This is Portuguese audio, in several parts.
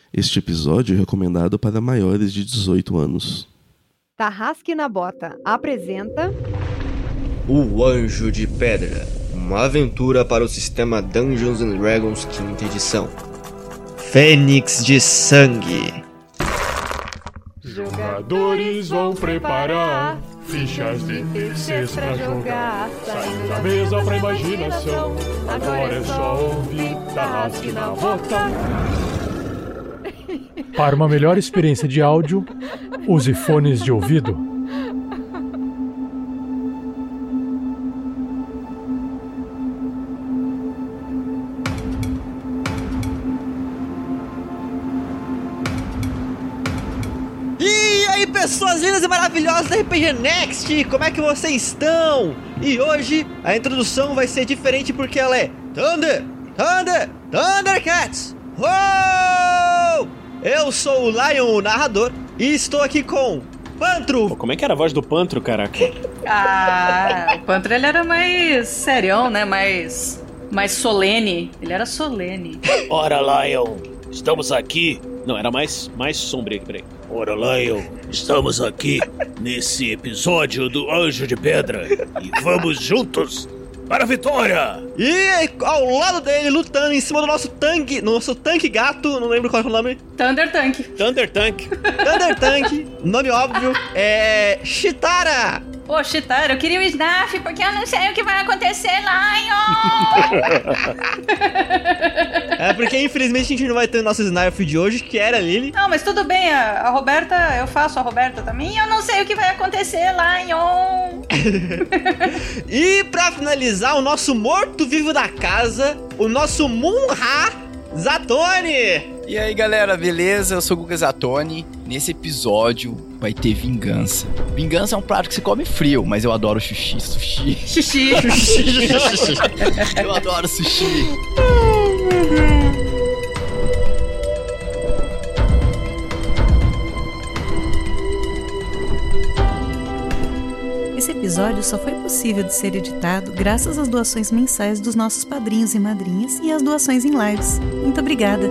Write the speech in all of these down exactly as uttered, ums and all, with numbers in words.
Este episódio é recomendado para maiores de dezoito anos. Tarrasque na Bota apresenta... O Anjo de Pedra, uma aventura para o sistema Dungeons and Dragons quinta edição. Fênix de Sangue. Jogadores vão preparar fichas de terceiros pra jogar, saindo da mesa pra imaginação. Agora é só ouvir Tarrasque na Bota. Para uma melhor experiência de áudio, use fones de ouvido. E aí, pessoas lindas e maravilhosas da R P G Next, como é que vocês estão? E hoje a introdução vai ser diferente porque ela é Thunder, Thunder, Thundercats! Uou! Eu sou o Lion, o narrador, e estou aqui com Pantro. Pô, como é que era a voz do Pantro, caraca? Ah, o Pantro ele era mais serião, né? Mais, mais solene. Ele era solene. Ora, Lion, estamos aqui. Não, era mais, mais sombrio aqui, peraí. Ora, Lion, estamos aqui nesse episódio do Anjo de Pedra e vamos juntos para a vitória! E ao lado dele, lutando em cima do nosso tanque, nosso tanque gato, não lembro qual é o nome. Thunder Tank. Thunder Tank. Thunder Tank, nome óbvio, é Chitara. Pô, Chitara, eu queria o Snaf porque eu não sei o que vai acontecer, Lion! É porque infelizmente a gente não vai ter o nosso Snarf de hoje, que era a Lily. Não, mas tudo bem, a, a Roberta, eu faço a Roberta também e eu não sei o que vai acontecer, Lion! E pra finalizar, o nosso morto-vivo da casa, o nosso Munra Zatoni. E aí galera, beleza? Eu sou o Guga Zatoni. Nesse episódio vai ter vingança. Vingança é um prato que se come frio, mas eu adoro sushi. Sushi. Xixi. Eu adoro sushi. Esse episódio só foi possível de ser editado graças às doações mensais dos nossos padrinhos e madrinhas e às doações em lives. Muito obrigada!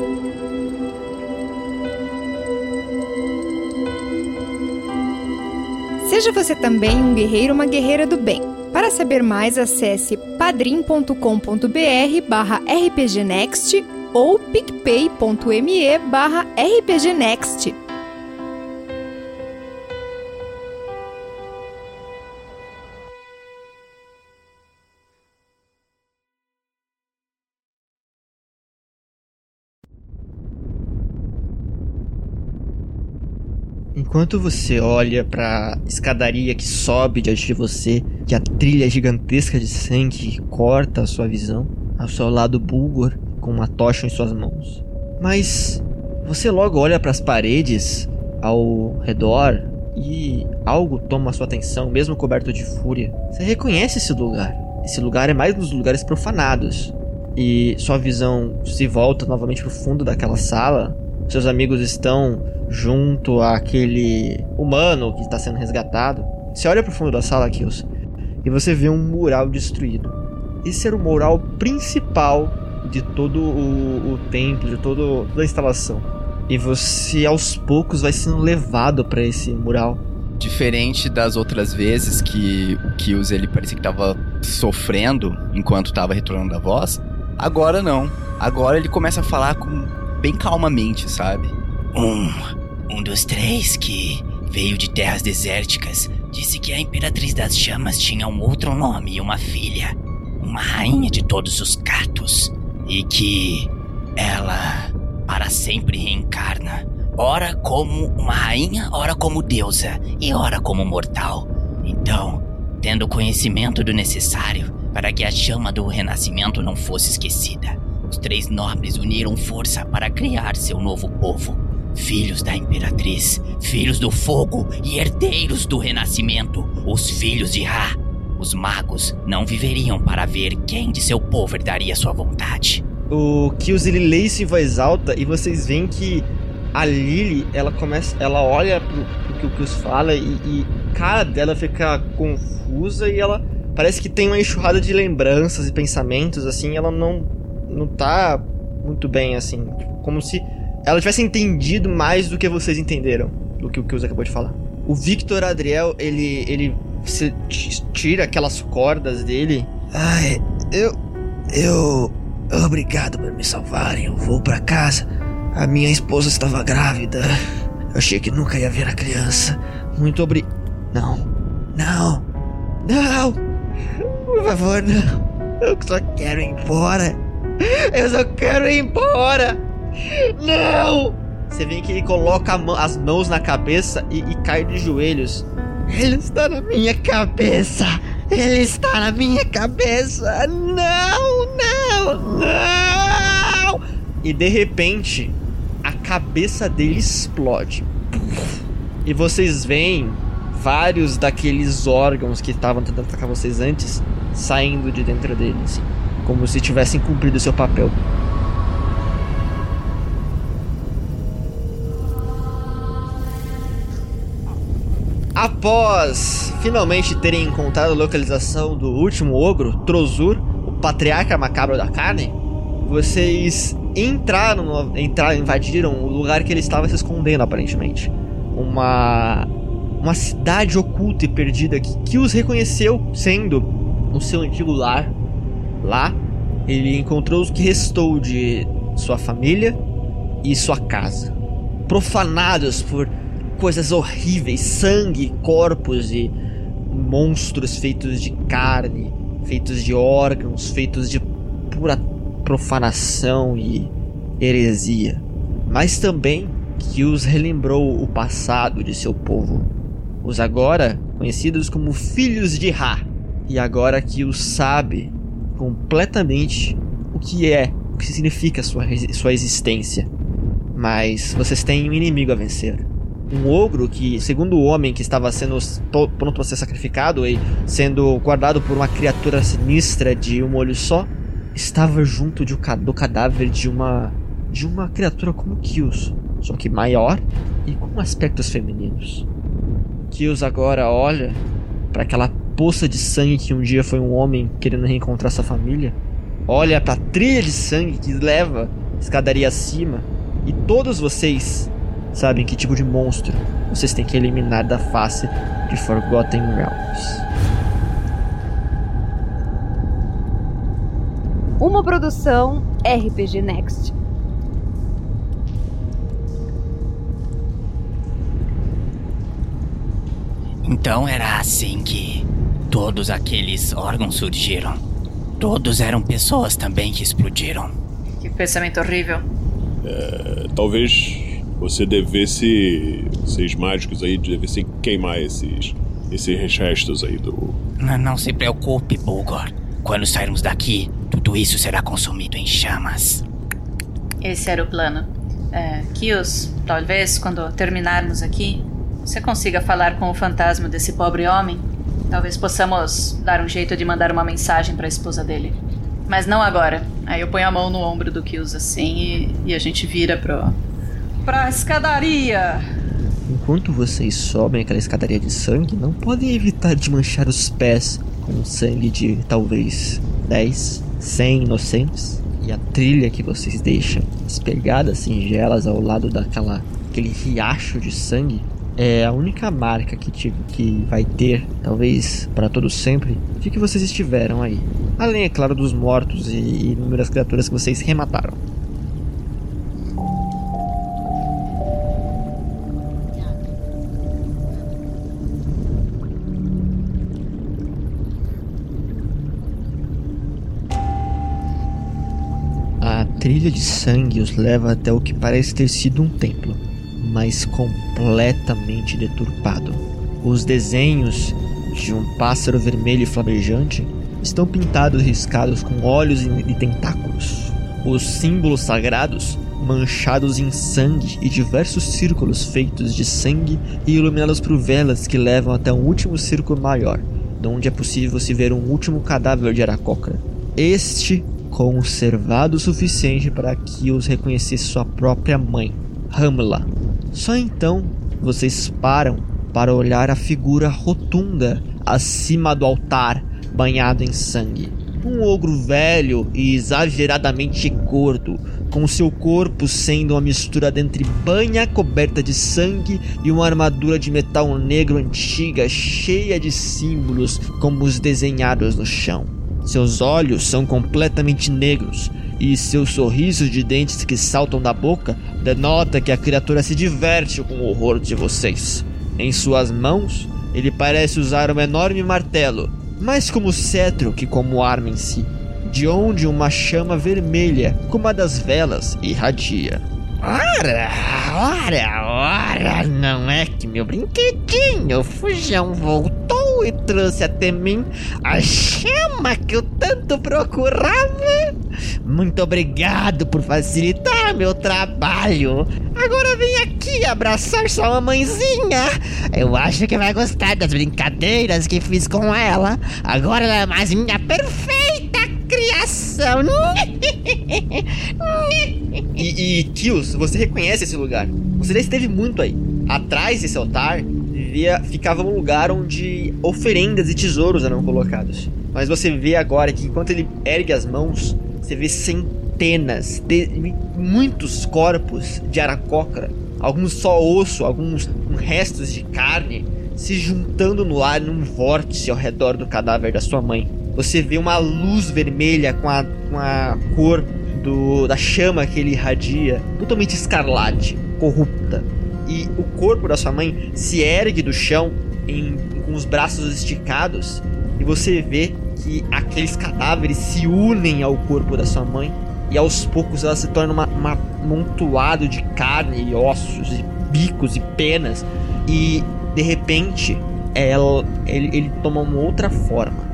Seja você também um guerreiro ou uma guerreira do bem. Para saber mais, acesse padrim.com.br barra rpgnext ou picpay.me barra rpgnext. Enquanto você olha pra escadaria que sobe diante de você, que a trilha gigantesca de sangue que corta a sua visão, ao seu lado Bulgor com uma tocha em suas mãos. Mas você logo olha para as paredes ao redor e algo toma a sua atenção, mesmo coberto de fúria. Você reconhece esse lugar. Esse lugar é mais um dos lugares profanados. E sua visão se volta novamente pro fundo daquela sala. Seus amigos estão junto àquele humano que está sendo resgatado. Você olha pro fundo da sala, Kills, e você vê um mural destruído. Esse era o mural principal de todo o, o templo, de todo, toda a instalação. E você, aos poucos, vai sendo levado para esse mural. Diferente das outras vezes que o Kills, ele parecia que estava sofrendo enquanto estava retornando a voz, agora não. Agora ele começa a falar com... bem calmamente, sabe? Um, um dos três que veio de terras desérticas disse que a Imperatriz das Chamas tinha um outro nome e uma filha, uma rainha de todos os gatos, e que ela para sempre reencarna, ora como uma rainha, ora como deusa e ora como mortal. Então, tendo conhecimento do necessário para que a chama do renascimento não fosse esquecida, os três nobres uniram força para criar seu novo povo. Filhos da Imperatriz, filhos do fogo e herdeiros do renascimento, os filhos de Ra. Os magos não viveriam para ver quem de seu povo herdaria sua vontade. O Kills, ele lê isso em voz alta e vocês veem que a Lily, ela começa, ela olha pro, pro que o Kills fala e, e a cara dela fica confusa e ela parece que tem uma enxurrada de lembranças e pensamentos, assim, ela não, não tá muito bem, assim, tipo, como se ela tivesse entendido mais do que vocês entenderam, do que o Kills acabou de falar. O Victor Adriel, ele, ele se tira aquelas cordas dele. Ai, eu... Eu... Obrigado por me salvarem, eu vou pra casa. A minha esposa estava grávida. Eu achei que nunca ia ver a criança. Muito obrigado. Não, não, não, por favor, não. Eu só quero ir embora. Eu só quero ir embora. Não! Você vê que ele coloca a mão, as mãos na cabeça e, e cai de joelhos. Ele está na minha cabeça. Ele está na minha cabeça. Não, não, não. E de repente, a cabeça dele explode. E vocês veem vários daqueles órgãos que estavam tentando atacar vocês antes saindo de dentro dele, assim, como se tivessem cumprido o seu papel. Após finalmente terem encontrado a localização do último ogro, Trozur, o patriarca macabro da carne, vocês entraram, no, entraram, invadiram o lugar que ele estava se escondendo, aparentemente. Uma, uma cidade oculta e perdida que, que os reconheceu sendo o seu antigo lar. Lá, ele encontrou o que restou de sua família e sua casa, profanados por coisas horríveis, sangue, corpos e monstros feitos de carne, feitos de órgãos, feitos de pura profanação e heresia. Mas também que os relembrou o passado de seu povo, os agora conhecidos como filhos de Ra, e agora que os sabe completamente o que é, o que significa sua, sua existência. Mas vocês têm um inimigo a vencer. Um ogro que, segundo o homem que estava sendo pronto para ser sacrificado e sendo guardado por uma criatura sinistra de um olho só, estava junto de, do cadáver de uma de uma criatura como Kills, só que maior e com aspectos femininos. Kills agora olha para aquela poça de sangue que um dia foi um homem querendo reencontrar sua família, olha para a trilha de sangue que leva a escadaria acima, e todos vocês sabem que tipo de monstro vocês têm que eliminar da face de Forgotten Realms. Uma produção R P G Next. Então era assim que todos aqueles órgãos surgiram. Todos eram pessoas também que explodiram. Que pensamento horrível. É, talvez você devesse, vocês mágicos aí, devessem queimar esses, esses restos aí do... Não, não se preocupe, Bulgor. Quando sairmos daqui, tudo isso será consumido em chamas. Esse era o plano. É, Kills, talvez quando terminarmos aqui, você consiga falar com o fantasma desse pobre homem. Talvez possamos dar um jeito de mandar uma mensagem para a esposa dele. Mas não agora. Aí eu ponho a mão no ombro do Kills assim e, e a gente vira pro... pra escadaria. Enquanto vocês sobem aquela escadaria de sangue, não podem evitar de manchar os pés com sangue de talvez dez, cem inocentes. E a trilha que vocês deixam, as pegadas singelas ao lado daquela aquele riacho de sangue, é a única marca que, te, que vai ter, talvez para todo sempre, de que vocês estiveram aí. Além, é claro, dos mortos e, e inúmeras criaturas que vocês remataram. A trilha de sangue os leva até o que parece ter sido um templo, mas completamente deturpado. Os desenhos de um pássaro vermelho e flamejante estão pintados e riscados com olhos e tentáculos. Os símbolos sagrados manchados em sangue e diversos círculos feitos de sangue e iluminados por velas que levam até um último círculo maior, de onde é possível se ver um último cadáver de Aarakocra. Este conservado o suficiente para que os reconhecesse sua própria mãe, Hamla. Só então vocês param para olhar a figura rotunda acima do altar banhado em sangue. Um ogro velho e exageradamente gordo, com seu corpo sendo uma mistura entre banha coberta de sangue e uma armadura de metal negro antiga cheia de símbolos como os desenhados no chão. Seus olhos são completamente negros e seu sorriso de dentes que saltam da boca denota que a criatura se diverte com o horror de vocês. Em suas mãos, ele parece usar um enorme martelo, mais como cetro que como arma em si, de onde uma chama vermelha, como uma das velas, irradia. Ora, ora, ora, não é que meu brinquedinho fujão voltou e trouxe até mim a chama que eu tanto procurava? Muito obrigado por facilitar meu trabalho. Agora vem aqui abraçar sua mamãezinha. Eu acho que vai gostar das brincadeiras que fiz com ela. Agora ela é mais minha perfeita criação. E, e Kills, você reconhece esse lugar? Você já esteve muito aí. Atrás desse altar via, ficava um lugar onde oferendas e tesouros eram colocados. Mas você vê agora que enquanto ele ergue as mãos, você vê centenas de muitos corpos de aracocra, alguns só osso, alguns restos de carne, se juntando no ar num vórtice ao redor do cadáver da sua mãe. Você vê uma luz vermelha com a, com a cor do, da chama que ele irradia, totalmente escarlate, corrupta. E o corpo da sua mãe se ergue do chão em, com os braços esticados, e você vê que aqueles cadáveres se unem ao corpo da sua mãe, e aos poucos ela se torna uma, uma amontoado de carne e ossos e bicos e penas, e de repente ela, ele, ele toma uma outra forma.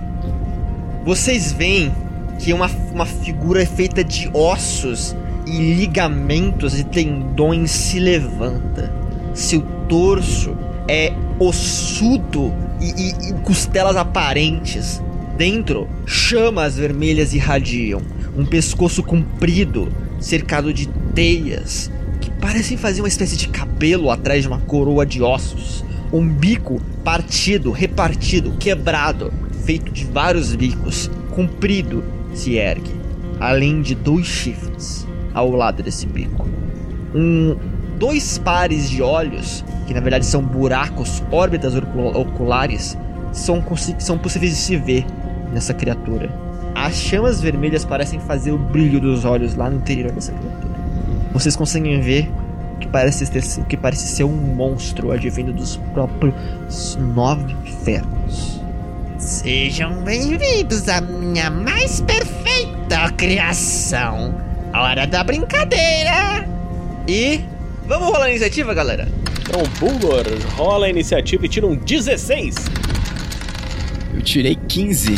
Vocês veem que uma, uma figura feita de ossos e ligamentos e tendões se levanta. Seu torso é ossudo e, e, e costelas aparentes. Dentro, chamas vermelhas irradiam. Um pescoço comprido, cercado de teias, que parecem fazer uma espécie de cabelo atrás de uma coroa de ossos. Um bico partido, repartido, quebrado, feito de vários bicos, comprido, se ergue, além de dois chifres ao lado desse bico. Um, dois pares de olhos, que na verdade são buracos, órbitas oculares, são, são possíveis de se ver nessa criatura. As chamas vermelhas parecem fazer o brilho dos olhos lá no interior dessa criatura. Vocês conseguem ver o que parece, ter, o que parece ser um monstro advindo dos próprios nove infernos. Sejam bem-vindos à minha mais perfeita criação. Hora da brincadeira. E vamos rolar a iniciativa, galera? Então, Bulgor, rola a iniciativa e tira um dezesseis. Eu tirei quinze.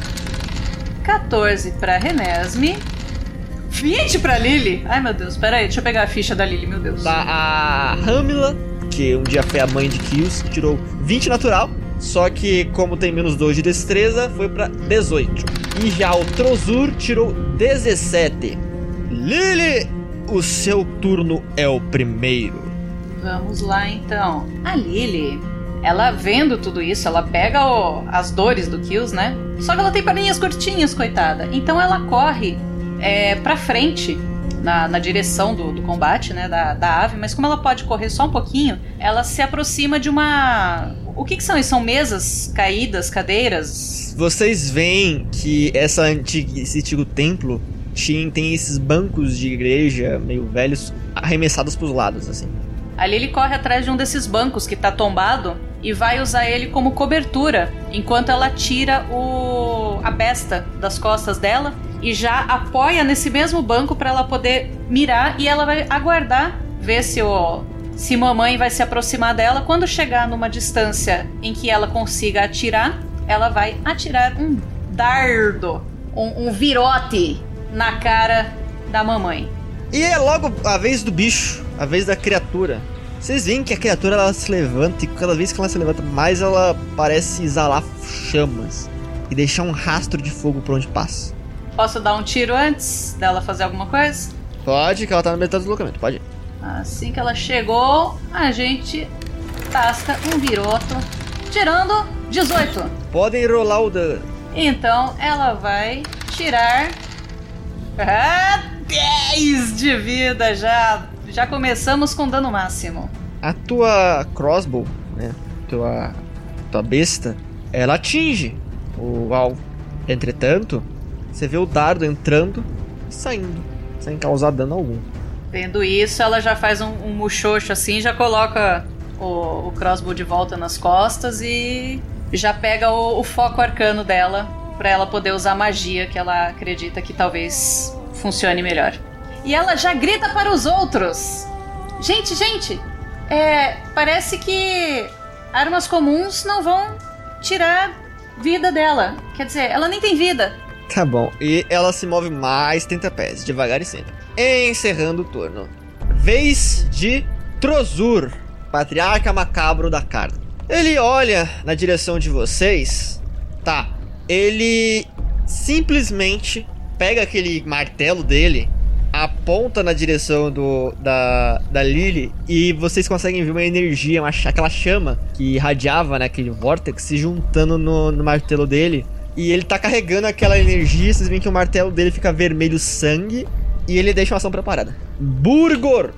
quatorze pra Renesme. vinte pra Lily. Ai, meu Deus, pera aí, deixa eu pegar a ficha da Lily, meu Deus. A Hamila, que um dia foi a mãe de Kills, tirou vinte natural. Só que, como tem menos dois de destreza, foi pra dezoito. E já o Trozur tirou dezessete. Lily, o seu turno é o primeiro. Vamos lá, então. A Lily, ela vendo tudo isso, ela pega o, as dores do Kills, né? Só que ela tem perninhas curtinhas, coitada. Então ela corre é, pra frente, na, na direção do, do combate, né? Da, da ave. Mas como ela pode correr só um pouquinho, ela se aproxima de uma... O que que são isso? São mesas caídas, cadeiras? Vocês veem que essa antiga, esse antigo templo tinha, tem esses bancos de igreja meio velhos arremessados pros lados, assim. A Lily corre atrás de um desses bancos que tá tombado e vai usar ele como cobertura, enquanto ela tira o... a besta das costas dela e já apoia nesse mesmo banco pra ela poder mirar, e ela vai aguardar, ver se o... se mamãe vai se aproximar dela. Quando chegar numa distância em que ela consiga atirar, ela vai atirar um dardo, um, um virote na cara da mamãe. E é logo a vez do bicho, a vez da criatura. Vocês veem que a criatura ela se levanta, e cada vez que ela se levanta mais, ela parece exalar chamas e deixar um rastro de fogo por onde passa. Posso dar um tiro antes dela fazer alguma coisa? Pode, que ela tá no metade do deslocamento, pode ir. Assim que ela chegou, a gente tasca um viroto, tirando dezoito. Podem rolar o dano. Então ela vai tirar ah, dez de vida já. Já começamos com dano máximo. A tua crossbow, né? Tua, tua besta, ela atinge o alvo. Entretanto, você vê o dardo entrando e saindo, sem causar dano algum. Vendo isso, ela já faz um, um muxoxo assim, já coloca o, o crossbow de volta nas costas e já pega o, o foco arcano dela pra ela poder usar magia que ela acredita que talvez funcione melhor. E ela já grita para os outros. Gente, gente, é, parece que armas comuns não vão tirar vida dela. Quer dizer, ela nem tem vida. Tá bom, e ela se move mais trinta pés, devagar e sempre. Encerrando o turno. Vez de Trozur, patriarca macabro da carta. Ele olha na direção de vocês. Tá, ele simplesmente pega aquele martelo dele, aponta na direção do, da, da Lily, e vocês conseguem ver uma energia, uma, aquela chama que irradiava, né, aquele vórtex, se juntando no, no martelo dele. E ele tá carregando aquela energia, vocês veem que o martelo dele fica vermelho sangue, e ele deixa uma ação preparada. Burgor!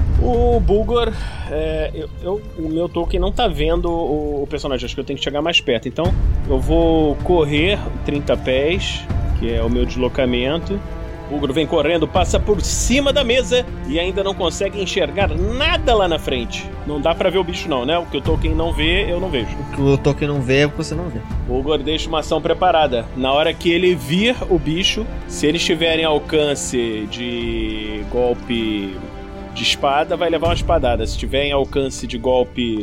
O Bulgor, é, eu, eu, o meu token não tá vendo o, o personagem, acho que eu tenho que chegar mais perto. Então eu vou correr trinta pés, que é o meu deslocamento. O Bulgor vem correndo, passa por cima da mesa e ainda não consegue enxergar nada lá na frente. Não dá pra ver o bicho não, né? O que o token não vê, eu não vejo. O que o token não vê é o que você não vê. O Bulgor deixa uma ação preparada. Na hora que ele vir o bicho, se ele estiver em alcance de golpe de espada, vai levar uma espadada. Se estiver em alcance de golpe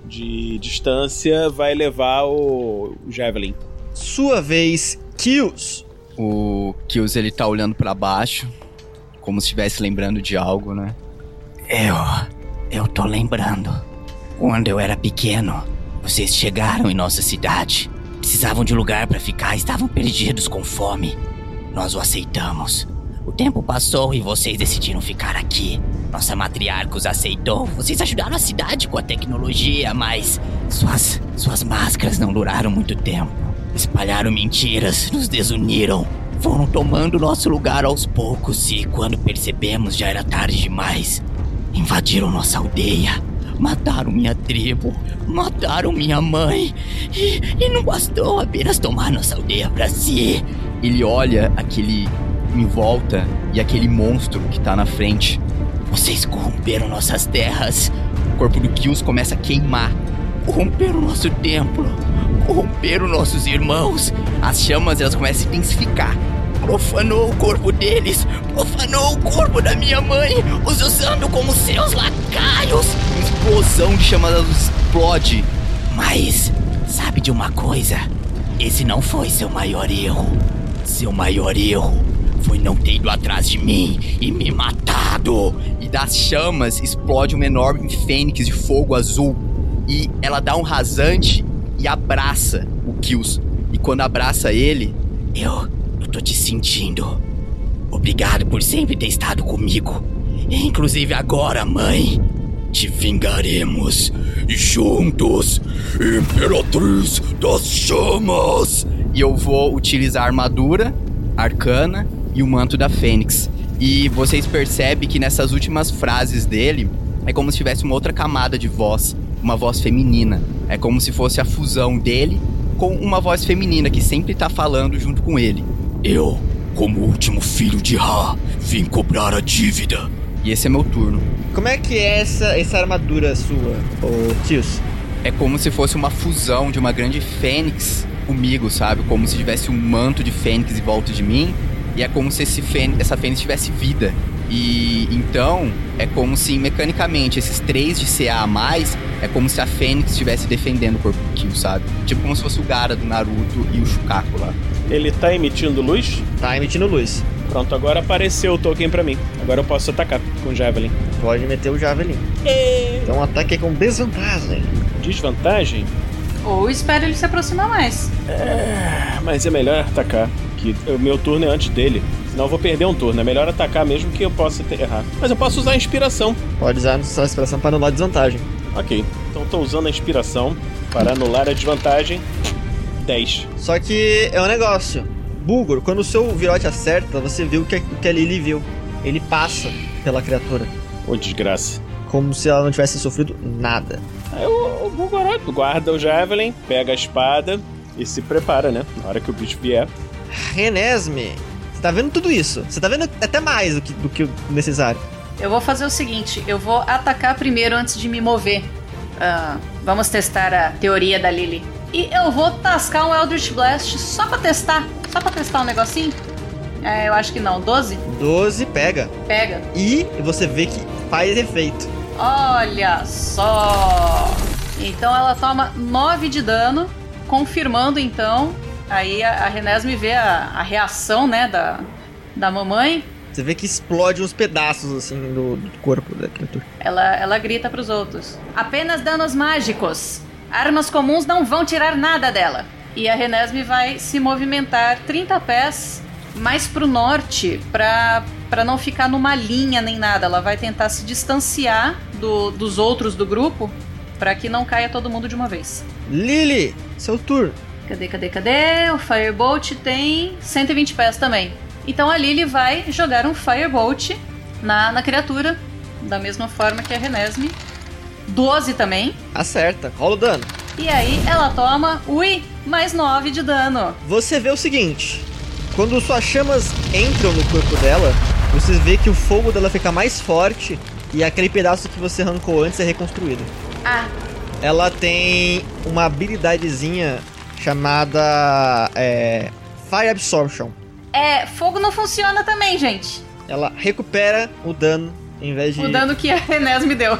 de distância, vai levar o, o Javelin. Sua vez, Kills. O Kills, ele tá olhando pra baixo, como se estivesse lembrando de algo, né? Eu... eu tô lembrando. Quando eu era pequeno, vocês chegaram em nossa cidade. Precisavam de um lugar pra ficar, estavam perdidos com fome. Nós o aceitamos. O tempo passou e vocês decidiram ficar aqui. Nossa matriarca os aceitou. Vocês ajudaram a cidade com a tecnologia, mas suas, suas máscaras não duraram muito tempo. Espalharam mentiras, nos desuniram. Foram tomando nosso lugar aos poucos e quando percebemos já era tarde demais. Invadiram nossa aldeia. Mataram minha tribo. Mataram minha mãe. E, e não bastou apenas tomar nossa aldeia pra si. Ele olha aquele em volta e aquele monstro que tá na frente. Vocês corromperam nossas terras. O corpo do Kills começa a queimar. Corromperam nosso templo. Corromperam nossos irmãos. As chamas, elas começam a se intensificar. Profanou o corpo deles. Profanou o corpo da minha mãe, os usando como seus lacaios. Uma explosão de chamas explode. Mas, sabe de uma coisa? Esse não foi seu maior erro. Seu maior erro foi não ter ido atrás de mim e me matado. E das chamas explode uma enorme fênix de fogo azul. E ela dá um rasante e abraça o Kills. E quando abraça ele... Eu, eu tô te sentindo. Obrigado por sempre ter estado comigo. Inclusive agora, mãe. Te vingaremos juntos, Imperatriz das Chamas. E eu vou utilizar a armadura arcana e o manto da Fênix. E vocês percebem que nessas últimas frases dele é como se tivesse uma outra camada de voz, uma voz feminina. É como se fosse a fusão dele com uma voz feminina que sempre tá falando junto com ele. Eu, como último filho de Ra, vim cobrar a dívida. E esse é meu turno. Como é que é essa, essa armadura sua, ô Kills? É como se fosse uma fusão de uma grande fênix comigo, sabe? Como se tivesse um manto de fênix em volta de mim. E é como se esse fênix, essa fênix tivesse vida. E então, é como se mecanicamente esses três de C A a mais, é como se a Fênix estivesse defendendo o corpo do Kill, sabe? Tipo como se fosse o Gaara do Naruto e o Shukaku lá. Ele tá emitindo luz? Tá emitindo luz. Pronto, agora apareceu o token pra mim. Agora eu posso atacar com o Javelin. Pode meter o Javelin. E... Então um ataque com desvantagem. Desvantagem? Ou espera ele se aproximar mais. É, mas é melhor atacar. Que o meu turno é antes dele. Senão eu vou perder um turno. É melhor atacar mesmo que eu possa ter, errar. Mas eu posso usar a inspiração. Pode usar a inspiração para anular a desvantagem. Ok. Então eu tô usando a inspiração para anular a desvantagem. dez. Só que é um negócio. Bulgur, quando o seu virote acerta, você viu o que, o que a Lily viu. Ele passa pela criatura. Ô, desgraça. Como se ela não tivesse sofrido nada. Aí o, o Bulgur guarda o Javelin, pega a espada e se prepara, né? Na hora que o bicho vier. Renesme, você tá vendo tudo isso. Você tá vendo até mais do que, do que o necessário. Eu vou fazer o seguinte, eu vou atacar primeiro antes de me mover. Uh, vamos testar a teoria da Lily. E eu vou tascar um Eldritch Blast só pra testar. Só pra testar um negocinho. É, eu acho que não. doze? doze, pega. Pega. E você vê que faz efeito. Olha só. Então ela toma nove de dano. Confirmando então. Aí a, a Renesme vê a, a reação, né, da, da mamãe. Você vê que explode uns pedaços, assim, do, do corpo da criatura. Ela, ela grita pros outros. Apenas danos mágicos. Armas comuns não vão tirar nada dela. E a Renesme vai se movimentar trinta pés mais pro norte, pra, pra não ficar numa linha nem nada. Ela vai tentar se distanciar do, dos outros do grupo, pra que não caia todo mundo de uma vez. Lily, seu turno. Cadê, cadê, cadê? O Firebolt tem cento e vinte pés também. Então a Lily vai jogar um Firebolt na, na criatura, da mesma forma que a Renesme. doze também. Acerta, rola o dano. E aí ela toma, ui, mais nove de dano. Você vê o seguinte, quando suas chamas entram no corpo dela, você vê que o fogo dela fica mais forte e aquele pedaço que você arrancou antes é reconstruído. Ah. Ela tem uma habilidadezinha chamada é, Fire Absorption. É, fogo não funciona também, gente. Ela recupera o dano em vez de... O dano que a Renesme deu.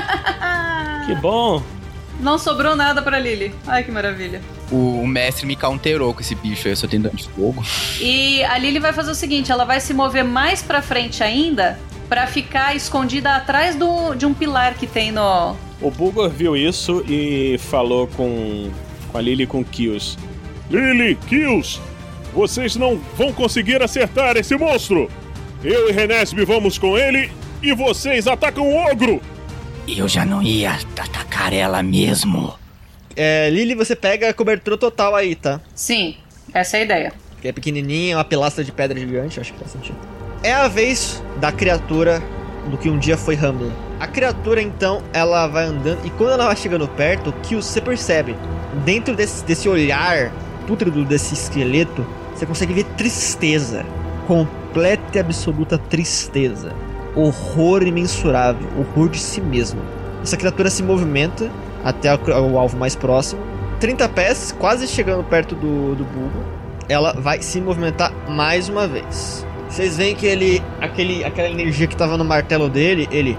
Que bom. Não sobrou nada pra Lily. Ai, que maravilha. O, o mestre me counterou com esse bicho aí, eu só tenho dano de fogo. E a Lily vai fazer o seguinte, ela vai se mover mais pra frente ainda, pra ficar escondida atrás do, de um pilar que tem no... O Bulgur viu isso e falou com, com a Lily e com o Kills. Lily, Kills, vocês não vão conseguir acertar esse monstro. Eu e Renesme vamos com ele e vocês atacam o ogro. Eu já não ia atacar ela mesmo. É, Lily, você pega a cobertura total aí, tá? Sim, essa é a ideia. Que é pequenininha, uma pilastra de pedra gigante, acho que faz sentido. É a vez da criatura do que um dia foi Hamlet. A criatura, então, ela vai andando e quando ela vai chegando perto, que você percebe, dentro desse, desse olhar pútrido desse esqueleto, você consegue ver tristeza. Completa e absoluta tristeza. Horror imensurável, horror de si mesmo. Essa criatura se movimenta até o, o alvo mais próximo. trinta pés, quase chegando perto do, do bulbo. Ela vai se movimentar mais uma vez. Vocês veem que ele, aquele, aquela energia que tava no martelo dele, ele...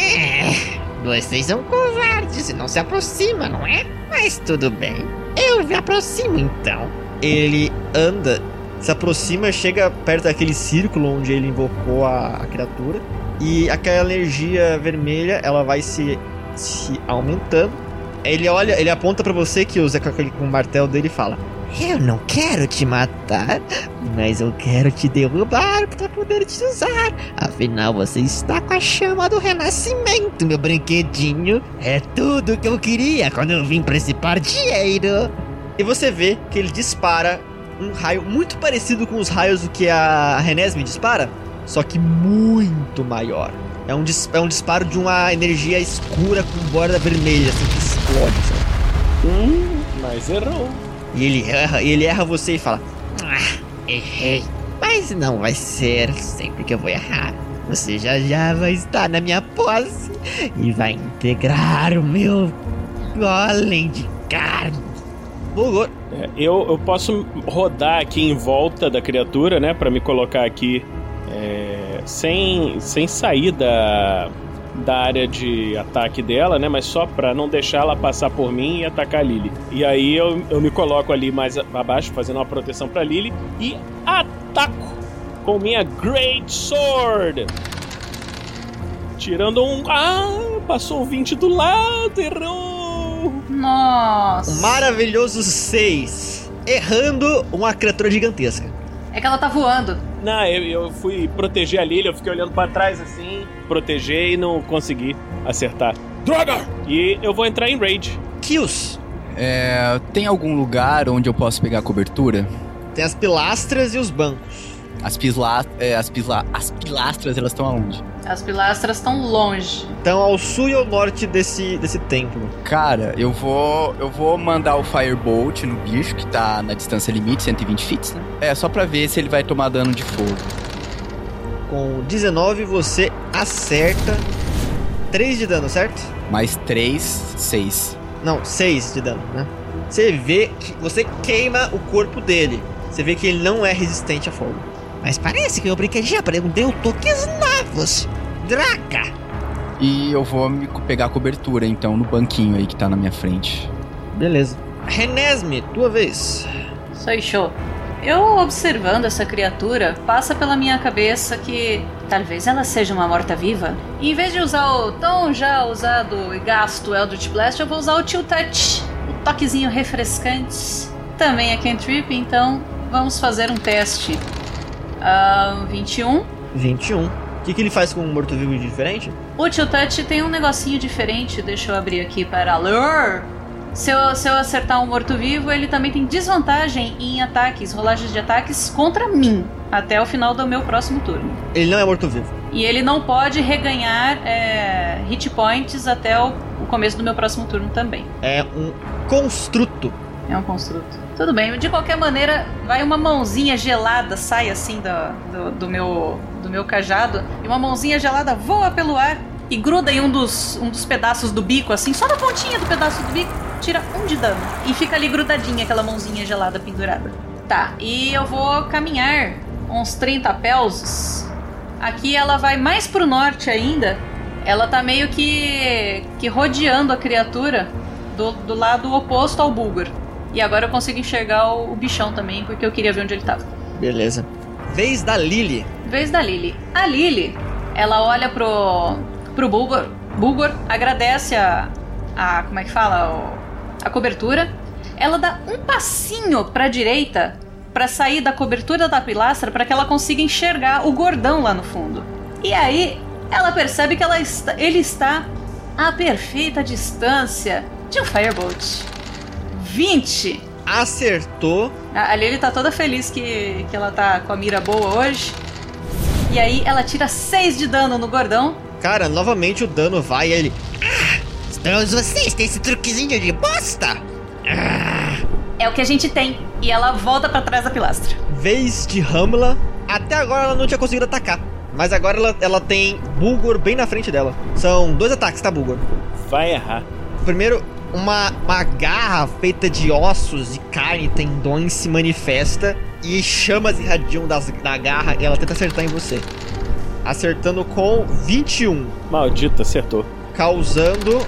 É, vocês são covardes e não se aproximam, não é? Mas tudo bem, eu me aproximo então. Ele anda, se aproxima, chega perto daquele círculo onde ele invocou a, a criatura. E aquela energia vermelha, ela vai se, se aumentando. Ele olha, ele aponta pra você, que usa com, aquele, com o martelo dele e fala: eu não quero te matar, mas eu quero te derrubar pra poder te usar. Afinal, você está com a chama do renascimento, meu brinquedinho. É tudo que eu queria quando eu vim pra esse pardieiro. E você vê que ele dispara um raio muito parecido com os raios do que a Renesme dispara, só que muito maior. É um, dis- é um disparo de uma energia escura com borda vermelha, assim, que explode, sabe? Hum, mas errou. E ele erra, ele erra você e fala: ah, errei, mas não vai ser sempre que eu vou errar. Você já já vai estar na minha posse e vai integrar o meu golem de carne. Bulgur. É, eu, eu posso rodar aqui em volta da criatura, né? Pra me colocar aqui é, sem, sem sair da, da área de ataque dela, né? Mas só pra não deixar ela passar por mim e atacar a Lily. E aí eu, eu me coloco ali mais abaixo, fazendo uma proteção pra Lily. E ataco com minha Great Sword. Tirando um... Ah, passou um vinte do lado, errou. Nossa. Um maravilhoso seis. Errando uma criatura gigantesca. É que ela tá voando. Não, eu, eu fui proteger a Lily, eu fiquei olhando pra trás assim, proteger e não consegui acertar. Droga! E eu vou entrar em Rage. Kills. É, tem algum lugar onde eu posso pegar cobertura? Tem as pilastras e os bancos. As, pisla... é, as, pisla... as pilastras, elas estão aonde? As pilastras estão longe. Estão ao sul e ao norte desse, desse templo. Cara, eu vou eu vou mandar o Firebolt no bicho, que tá na distância limite, cento e vinte feet, né? É, só pra ver se ele vai tomar dano de fogo. Com dezenove, você acerta três de dano, certo? Mais três, seis. Não, seis de dano, né? Você vê que você queima o corpo dele. Você vê que ele não é resistente a fogo. Mas parece que o brinquedinho aprendeu toques novos. Draga! E eu vou me pegar a cobertura, então, no banquinho aí que tá na minha frente. Beleza. Renesme, tua vez. Soy show. Eu, observando essa criatura, passa pela minha cabeça que talvez ela seja uma morta-viva. E em vez de usar o tão já usado e gasto Eldritch Blast, eu vou usar o Chill Touch. Um toquezinho refrescante. Também é cantrip, então vamos fazer um teste. Uh, vinte e um. vinte e um. O que, que ele faz com um morto-vivo diferente? O Chill Touch tem um negocinho diferente. Deixa eu abrir aqui para ler. Se eu, se eu acertar um morto-vivo, ele também tem desvantagem em ataques, rolagens de ataques contra mim, até o final do meu próximo turno. Ele não é morto-vivo. E ele não pode reganhar é, hit points até o, o começo do meu próximo turno também. É um construto. É um construto. Tudo bem, de qualquer maneira, vai uma mãozinha gelada, sai assim do, do, do, meu, do meu cajado, e uma mãozinha gelada voa pelo ar e gruda em um dos, um dos pedaços do bico, assim, só na pontinha do pedaço do bico, tira um de dano. E fica ali grudadinha aquela mãozinha gelada pendurada. Tá, e eu vou caminhar uns trinta pelsos. Aqui ela vai mais pro norte ainda. Ela tá meio que, que rodeando a criatura do, do lado oposto ao Bulgur. E agora eu consigo enxergar o, o bichão também, porque eu queria ver onde ele tava. Beleza. Vez da Lily. Vez da Lily. A Lily, ela olha pro, pro Bulgur, Bulgur, agradece a, a... como é que fala? O, a cobertura. Ela dá um passinho pra direita pra sair da cobertura da pilastra pra que ela consiga enxergar o gordão lá no fundo. E aí, ela percebe que ela está, ele está a perfeita distância de um Firebolt. vinte. Acertou. A Lily tá toda feliz que, que ela tá com a mira boa hoje. E aí ela tira seis de dano no gordão. Cara, novamente o dano vai e ele... Ah, todos vocês têm esse truquezinho de bosta? Ah. É o que a gente tem. E ela volta pra trás da pilastra. Vez de Hamla. Até agora ela não tinha conseguido atacar. Mas agora ela, ela tem Bulgur bem na frente dela. São dois ataques, tá, Bulgur? Vai errar. Primeiro... Uma, uma garra feita de ossos e carne e tendões se manifesta e chamas irradiam das, da garra e ela tenta acertar em você. Acertando com vinte e um. Maldito, acertou. Causando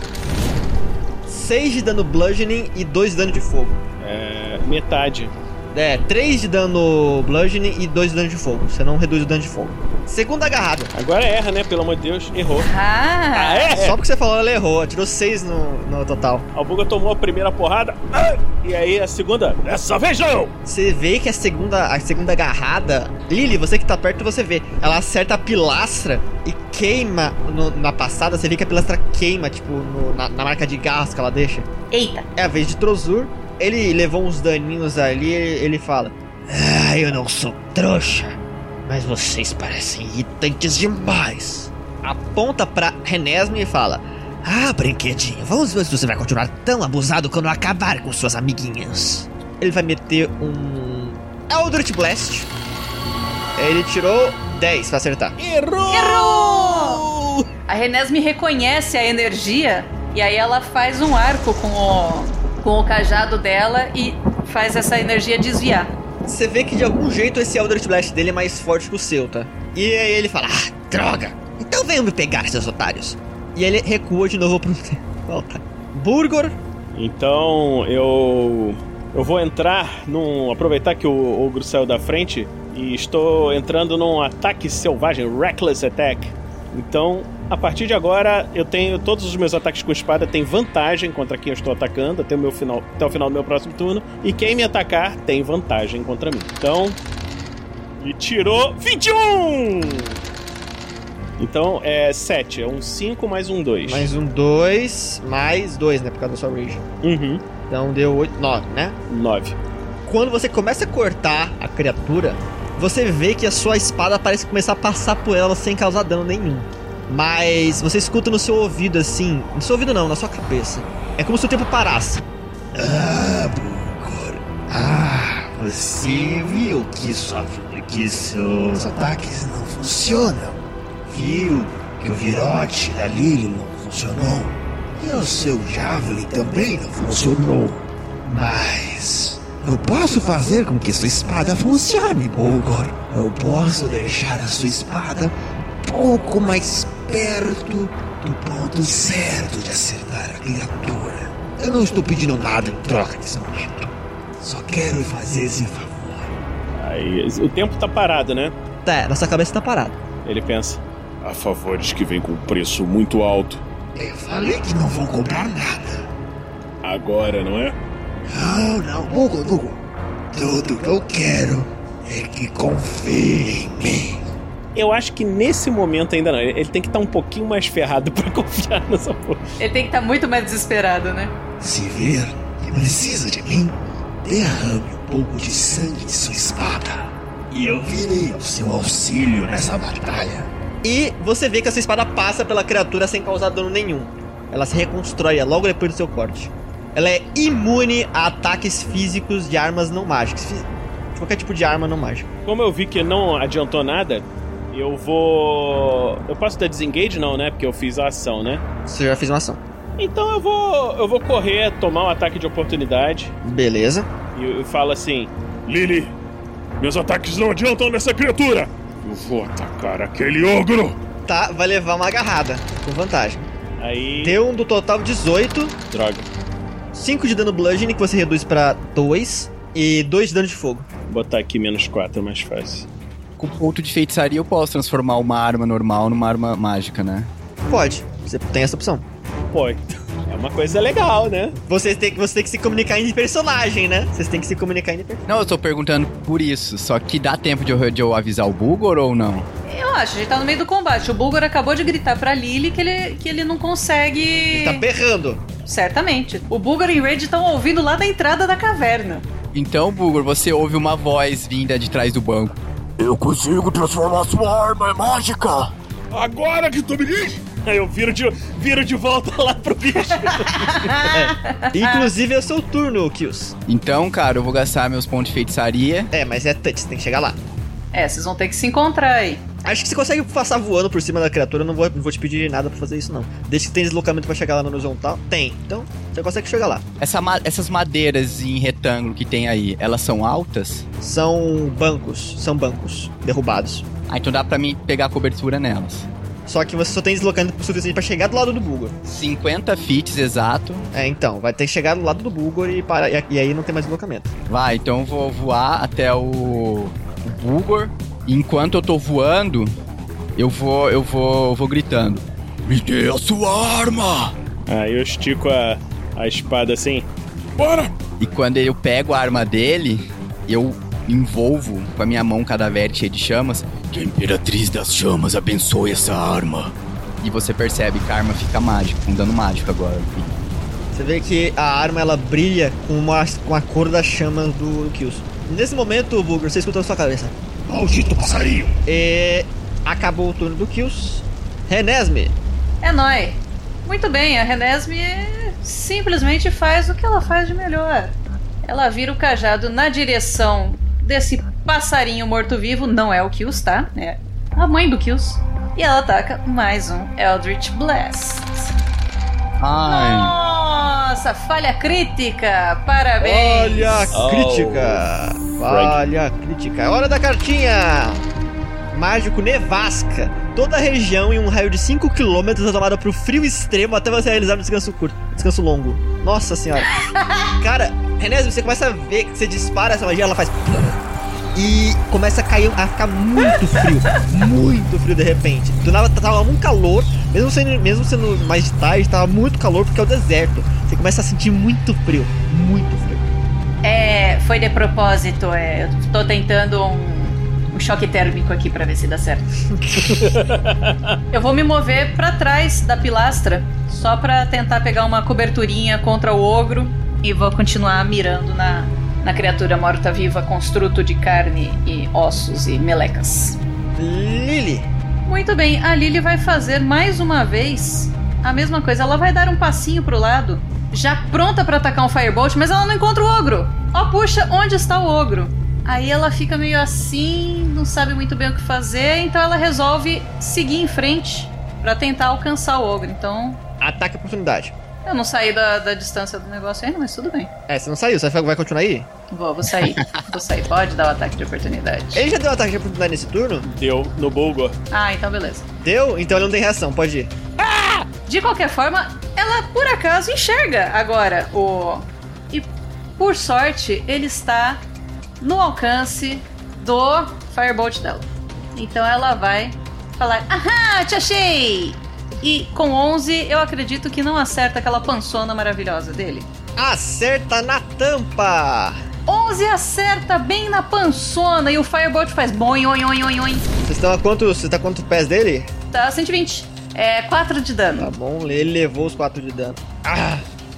seis de dano bludgeoning e dois de dano de fogo. É... metade. É, três de dano bludgeoning e dois de dano de fogo. Você não reduz o dano de fogo. Segunda agarrada. Agora erra, né? Pelo amor de Deus, errou. Ah, ah é? Só porque você falou, ela errou. Tirou seis no, no total. A Bulgur tomou a primeira porrada. Ah, e aí a segunda, dessa vez não! Você vê que a segunda, a segunda agarrada... Lily, você que tá perto, você vê. Ela acerta a pilastra e queima no, na passada. Você vê que a pilastra queima, tipo, no, na, na marca de garras que ela deixa. Eita. É a vez de Trozur. Ele levou uns daninhos ali, ele, ele fala... Ah, eu não sou trouxa, mas vocês parecem irritantes demais. Aponta pra Renesme e fala... Ah, brinquedinho, vamos ver se você vai continuar tão abusado quando acabar com suas amiguinhas. Ele vai meter um... Eldritch Blast. Ele tirou dez pra acertar. Errou! Errou! A Renesme reconhece a energia e aí ela faz um arco com o... com o cajado dela e faz essa energia desviar. Você vê que de algum jeito esse Eldritch Blast dele é mais forte que o seu, tá? E aí ele fala, ah, droga, então venham me pegar, seus otários. E ele recua de novo pro volta. Bulgur. Então eu eu vou entrar num, aproveitar que o ogro saiu da frente e estou entrando num ataque selvagem, Reckless Attack. Então, a partir de agora, eu tenho todos os meus ataques com espada tem vantagem contra quem eu estou atacando até o, meu final, até o final do meu próximo turno. E quem me atacar tem vantagem contra mim. Então, e tirou vinte e um! Então, é sete. É um cinco mais um dois. Mais um dois, mais dois, né? Por causa da sua rage. Uhum. Então, deu oito, nove, né? nove. quando você começa a cortar a criatura, você vê que a sua espada parece começar a passar por ela sem causar dano nenhum. Mas você escuta no seu ouvido assim, no seu ouvido não, na sua cabeça. É como se o tempo parasse. Ah, Bulgor. Ah, você viu que, sua, que seus ataques não funcionam. Viu que o virote da Lily não funcionou. E o seu Javelin também não funcionou. Mas eu posso fazer com que sua espada funcione, Bulgor. Eu posso deixar a sua espada um pouco mais perto do ponto certo de acertar a criatura. Eu não estou pedindo nada em troca desse momento. Só quero fazer esse favor. Aí, o tempo tá parado, né? Tá, nossa cabeça tá parada. Ele pensa: há favores que vêm com preço muito alto. Eu falei que não vão comprar nada. Agora, não é? Não, não, Bulgor, Bulgor. Tudo que eu quero é que confie em mim. Eu acho que nesse momento ainda não. Ele tem que estar um pouquinho mais ferrado pra confiar nessa porra. Ele tem que estar muito mais desesperado, né? Se ver que precisa de mim, derrame um pouco de sangue de sua espada. E eu virei ao seu auxílio nessa batalha. E você vê que essa espada passa pela criatura sem causar dano nenhum. Ela se reconstrói logo depois do seu corte. Ela é imune a ataques físicos de armas não mágicas. De qualquer tipo de arma não mágica. Como eu vi que não adiantou nada, eu vou... Eu posso dar desengage? Não, né? Porque eu fiz a ação, né? Você já fez uma ação. Então eu vou... Eu vou correr, tomar um ataque de oportunidade. Beleza. E eu, eu falo assim: Lily, meus ataques não adiantam nessa criatura. Eu vou atacar aquele ogro. Tá, vai levar uma agarrada, com vantagem. Aí... Deu um do total dezoito. Droga. cinco de dano bludgeoning, que você reduz pra dois. E dois de dano de fogo. Vou botar aqui menos quatro, é mais fácil. Com ponto de feitiçaria eu posso transformar uma arma normal numa arma mágica, né? Pode, você tem essa opção. Pode. É uma coisa legal, né? Você tem, você tem que se comunicar em personagem, né? Vocês têm que se comunicar em personagem. Não, eu tô perguntando por isso. Só que dá tempo de eu, de eu avisar o Bulgor ou não? Eu acho, a gente tá no meio do combate. O Bulgor acabou de gritar pra Lily que ele, que ele não consegue... Ele tá berrando. Certamente. O Bulgor e o Raid estão ouvindo lá da entrada da caverna. Então, Bulgor, você ouve uma voz vinda de trás do banco. Eu consigo transformar sua arma mágica. Agora que tu me diz. Aí eu viro de, viro de volta lá pro bicho. É. Inclusive é o seu turno, Kills. Então, cara, eu vou gastar meus pontos de feitiçaria. É, mas é touch, você tem que chegar lá. É, vocês vão ter que se encontrar aí. Acho que você consegue passar voando por cima da criatura. Eu não vou, não vou te pedir nada pra fazer isso, não. Desde que tem deslocamento pra chegar lá no horizontal. Tem, então você consegue chegar lá. Essa, essas madeiras em retângulo que tem aí, elas são altas? São bancos, são bancos derrubados. Ah, então dá pra mim pegar a cobertura nelas. Só que você só tem deslocamento suficiente pra chegar do lado do Bulgor. cinquenta feet exato. É, então, vai ter que chegar do lado do Bulgor e, para, e, e aí não tem mais deslocamento. Vai, então eu vou voar até o, o Bulgor. Enquanto eu tô voando, eu vou, eu vou, eu vou gritando: me dê a sua arma! Aí eu estico a, a espada assim. Bora! E quando eu pego a arma dele, eu envolvo com a minha mão cadavérica cheia de chamas. Que a Imperatriz das Chamas abençoe essa arma. E você percebe que a arma fica mágica, com dano mágico agora. Você vê que a arma ela brilha com, uma, com a cor das chamas do, do Kills. Nesse momento, Bulgor, você escuta na sua cabeça: maldito passarinho! E acabou o turno do Kills. Renesme. É nóis. Muito bem, a Renesme simplesmente faz o que ela faz de melhor. Ela vira o cajado na direção desse passarinho morto-vivo. Não é o Kills, tá? É a mãe do Kills. E ela ataca mais um Eldritch Blast. Ai. Nossa, falha crítica. Parabéns. Olha a crítica. Oh. Falha crítica. É hora da cartinha. Mágico Nevasca. Toda a região em um raio de cinco quilômetros é tomada pro frio extremo até você realizar um descanso curto, descanso longo. Nossa senhora. Cara, Renesme, você começa a ver que você dispara essa magia, ela faz... E começa a cair, a ficar muito frio. Muito frio de repente. Do nada tava um calor. Mesmo sendo, mesmo sendo mais de tarde, tava muito calor porque é o deserto. Você começa a sentir muito frio. Muito frio. É, foi de propósito. É, eu tô tentando um... um choque térmico aqui pra ver se dá certo. Eu vou me mover pra trás da pilastra, só pra tentar pegar uma coberturinha contra o ogro, e vou continuar mirando na, na criatura morta-viva, construto de carne e ossos e melecas. Lily. Muito bem, a Lily vai fazer mais uma vez a mesma coisa. Ela vai dar um passinho pro lado, já pronta pra atacar um Firebolt, mas ela não encontra o ogro. Ó, puxa, onde está o ogro? Aí ela fica meio assim, não sabe muito bem o que fazer, então ela resolve seguir em frente pra tentar alcançar o ogro. Então... Ataque a oportunidade. Eu não saí da, da distância do negócio ainda, mas tudo bem. É, você não saiu, você vai continuar aí? Vou, vou sair. Vou sair. Pode dar o ataque de oportunidade. Ele já deu o ataque de oportunidade nesse turno? Deu, no Bulgor. Ah, então beleza. Deu? Então ele não tem reação, pode ir. Ah! De qualquer forma, ela por acaso enxerga agora o... E por sorte, ele está no alcance do Firebolt dela. Então ela vai falar: ahá, te achei! E com onze, eu acredito que não acerta aquela pançona maravilhosa dele. Acerta na tampa! onze acerta bem na pançona e o Firebolt faz boing, oing, oing, oing, oing. Vocês estão a quantos, você tá a quantos pés dele? Tá cento e vinte. É quatro de dano. Tá bom, ele levou os quatro de dano. Ah!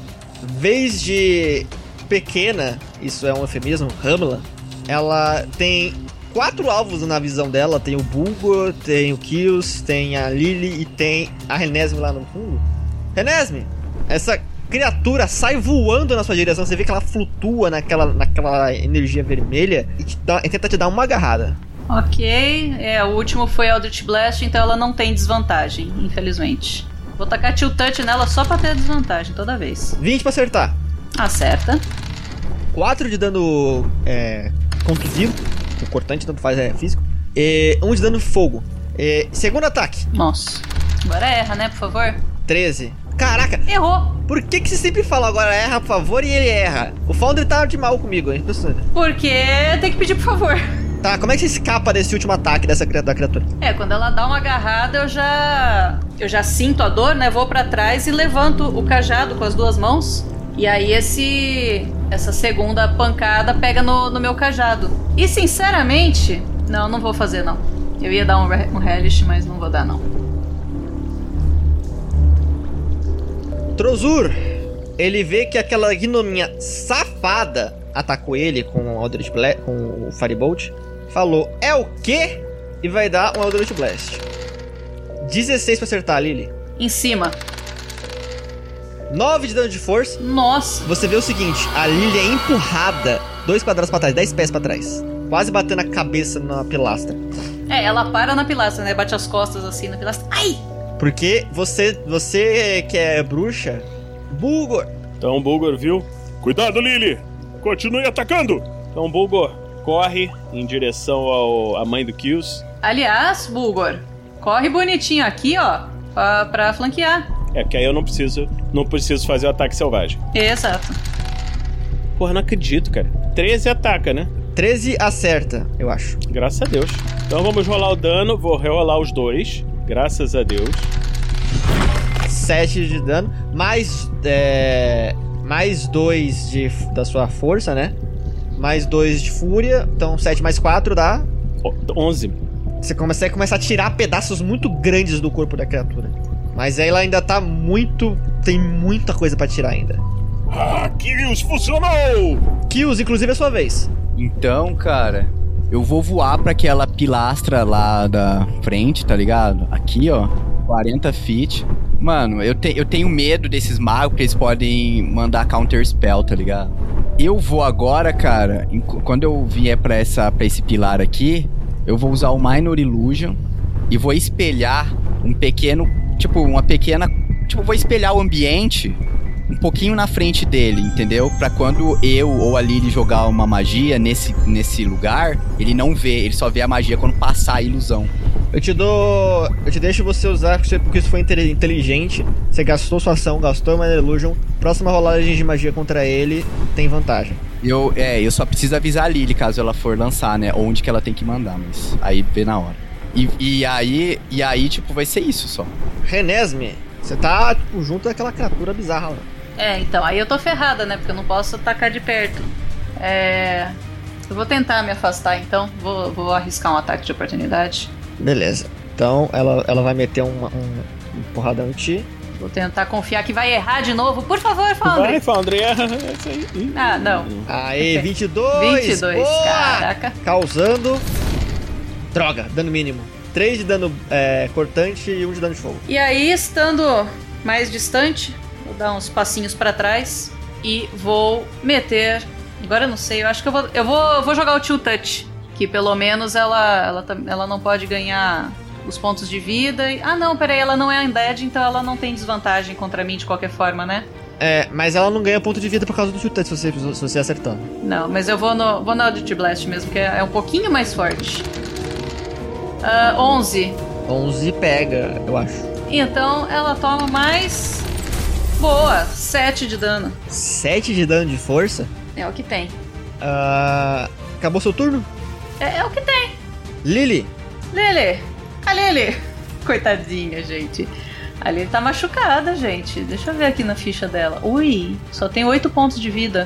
Vez de pequena, isso é um eufemismo, Hamla, ela tem quatro alvos na visão dela. Tem o Bulgor, tem o Kills, tem a Lily e tem a Renesme lá no fundo. Renesme, essa criatura sai voando na sua direção. Você vê que ela flutua naquela, naquela energia vermelha e, te dá, e tenta te dar uma agarrada. Ok, é, o último foi Eldritch Blast, então ela não tem desvantagem, infelizmente. Vou tacar Chill Touch nela só pra ter desvantagem toda vez. vinte pra acertar. Acerta. quatro de dano é, contusivo. O cortante tanto faz, é físico. E um de dano fogo. E segundo ataque. Nossa. Agora erra, né, por favor? treze. Caraca. Errou. Por que que você sempre fala agora erra, por favor, e ele erra? O Foundry tá de mal comigo, hein? Porque tem que pedir por favor. Tá, como é que você escapa desse último ataque dessa da criatura? É, quando ela dá uma agarrada, eu já... Eu já sinto a dor, né? Vou pra trás e levanto o cajado com as duas mãos. E aí esse... Essa segunda pancada pega no, no meu cajado. E sinceramente... Não, não vou fazer, não. Eu ia dar um, um relish, mas não vou dar, não. Trozur, ele vê que aquela gnominha safada atacou ele com o Eldritch Blast, com o Firebolt. Falou, é o quê? E vai dar um Eldritch Blast. dezesseis pra acertar, Lily. Em cima. nove de dano de força. Nossa. Você vê o seguinte, a Lily é empurrada dois quadrados pra trás, dez pés pra trás. Quase batendo a cabeça na pilastra. É, ela para na pilastra, né? Bate as costas assim na pilastra. Ai! Porque você, você que é bruxa, Bulgor. Então, Bulgor, viu? Cuidado, Lily! Continue atacando! Então, Bulgor, corre em direção ao, à mãe do Kills. Aliás, Bulgor, corre bonitinho aqui, ó, pra, pra flanquear. É, que aí eu não preciso, não preciso fazer o ataque selvagem. Exato. Porra, não acredito, cara. treze ataca, né? treze acerta, eu acho. Graças a Deus. Então vamos rolar o dano, vou rerolar os dois. Graças a Deus. sete de dano, mais é, mais dois de, da sua força, né? Mais dois de fúria, então sete mais quatro dá... onze. Você começa, começa a tirar pedaços muito grandes do corpo da criatura. Mas ela ainda tá muito... Tem muita coisa pra tirar ainda. Ah, Kills, funcionou! Kills, inclusive é a sua vez. Então, cara, eu vou voar pra aquela pilastra lá da frente, tá ligado? Aqui, ó, quarenta feet. Mano, eu, te, eu tenho medo desses magos, porque eles podem mandar counter spell, tá ligado? Eu vou agora, cara, em, quando eu vier pra, essa, pra esse pilar aqui, eu vou usar o Minor Illusion e vou espelhar um pequeno, tipo, uma pequena... Tipo, vou espelhar o ambiente um pouquinho na frente dele, entendeu? Pra quando eu ou a Lily jogar uma magia nesse, nesse lugar, ele não vê, ele só vê a magia quando passar a ilusão. Eu te dou... Eu te deixo você usar, porque isso foi inteligente. Você gastou sua ação, gastou uma Illusion. Próxima rolagem de magia contra ele, tem vantagem. Eu, é, eu só preciso avisar a Lily caso ela for lançar, né? Onde que ela tem que mandar, mas aí vê na hora. E, e aí, e aí, tipo, vai ser isso só. Renesme, você tá, tipo, junto daquela criatura bizarra lá. É, então, aí eu tô ferrada, né? Porque eu não posso atacar de perto. É... Eu vou tentar me afastar, então. Vou, vou arriscar um ataque de oportunidade. Beleza. Então, ela, ela vai meter uma, um, um porradão em ti. Vou tentar confiar que vai errar de novo. Por favor, Foundry. Vai, Foundry, erra. É isso aí. Ah, não. Aê, vinte e dois. vinte e dois, boa! Caraca. Causando... Droga, dano mínimo. três de dano é, cortante e um de dano de fogo. E aí, estando mais distante, vou dar uns passinhos pra trás e vou meter... Agora eu não sei, eu acho que eu vou, eu vou, vou jogar o Chill Touch. Que pelo menos ela, ela, ela não pode ganhar os pontos de vida. E... Ah, não, peraí, ela não é undead, então ela não tem desvantagem contra mim de qualquer forma, né? É, mas ela não ganha ponto de vida por causa do Chill Touch, se você, se você acertar. Não, mas eu vou no, vou no Eldritch Blast mesmo, que é, é um pouquinho mais forte. Uh, onze. onze pega, eu acho. Então ela toma mais... Boa, sete de dano. sete de dano de força? É o que tem. Uh, acabou seu turno? É, é o que tem. Lily. Lily. A Lily. Coitadinha, gente. A Lily tá machucada, gente. Deixa eu ver aqui na ficha dela. Ui, só tem oito pontos de vida.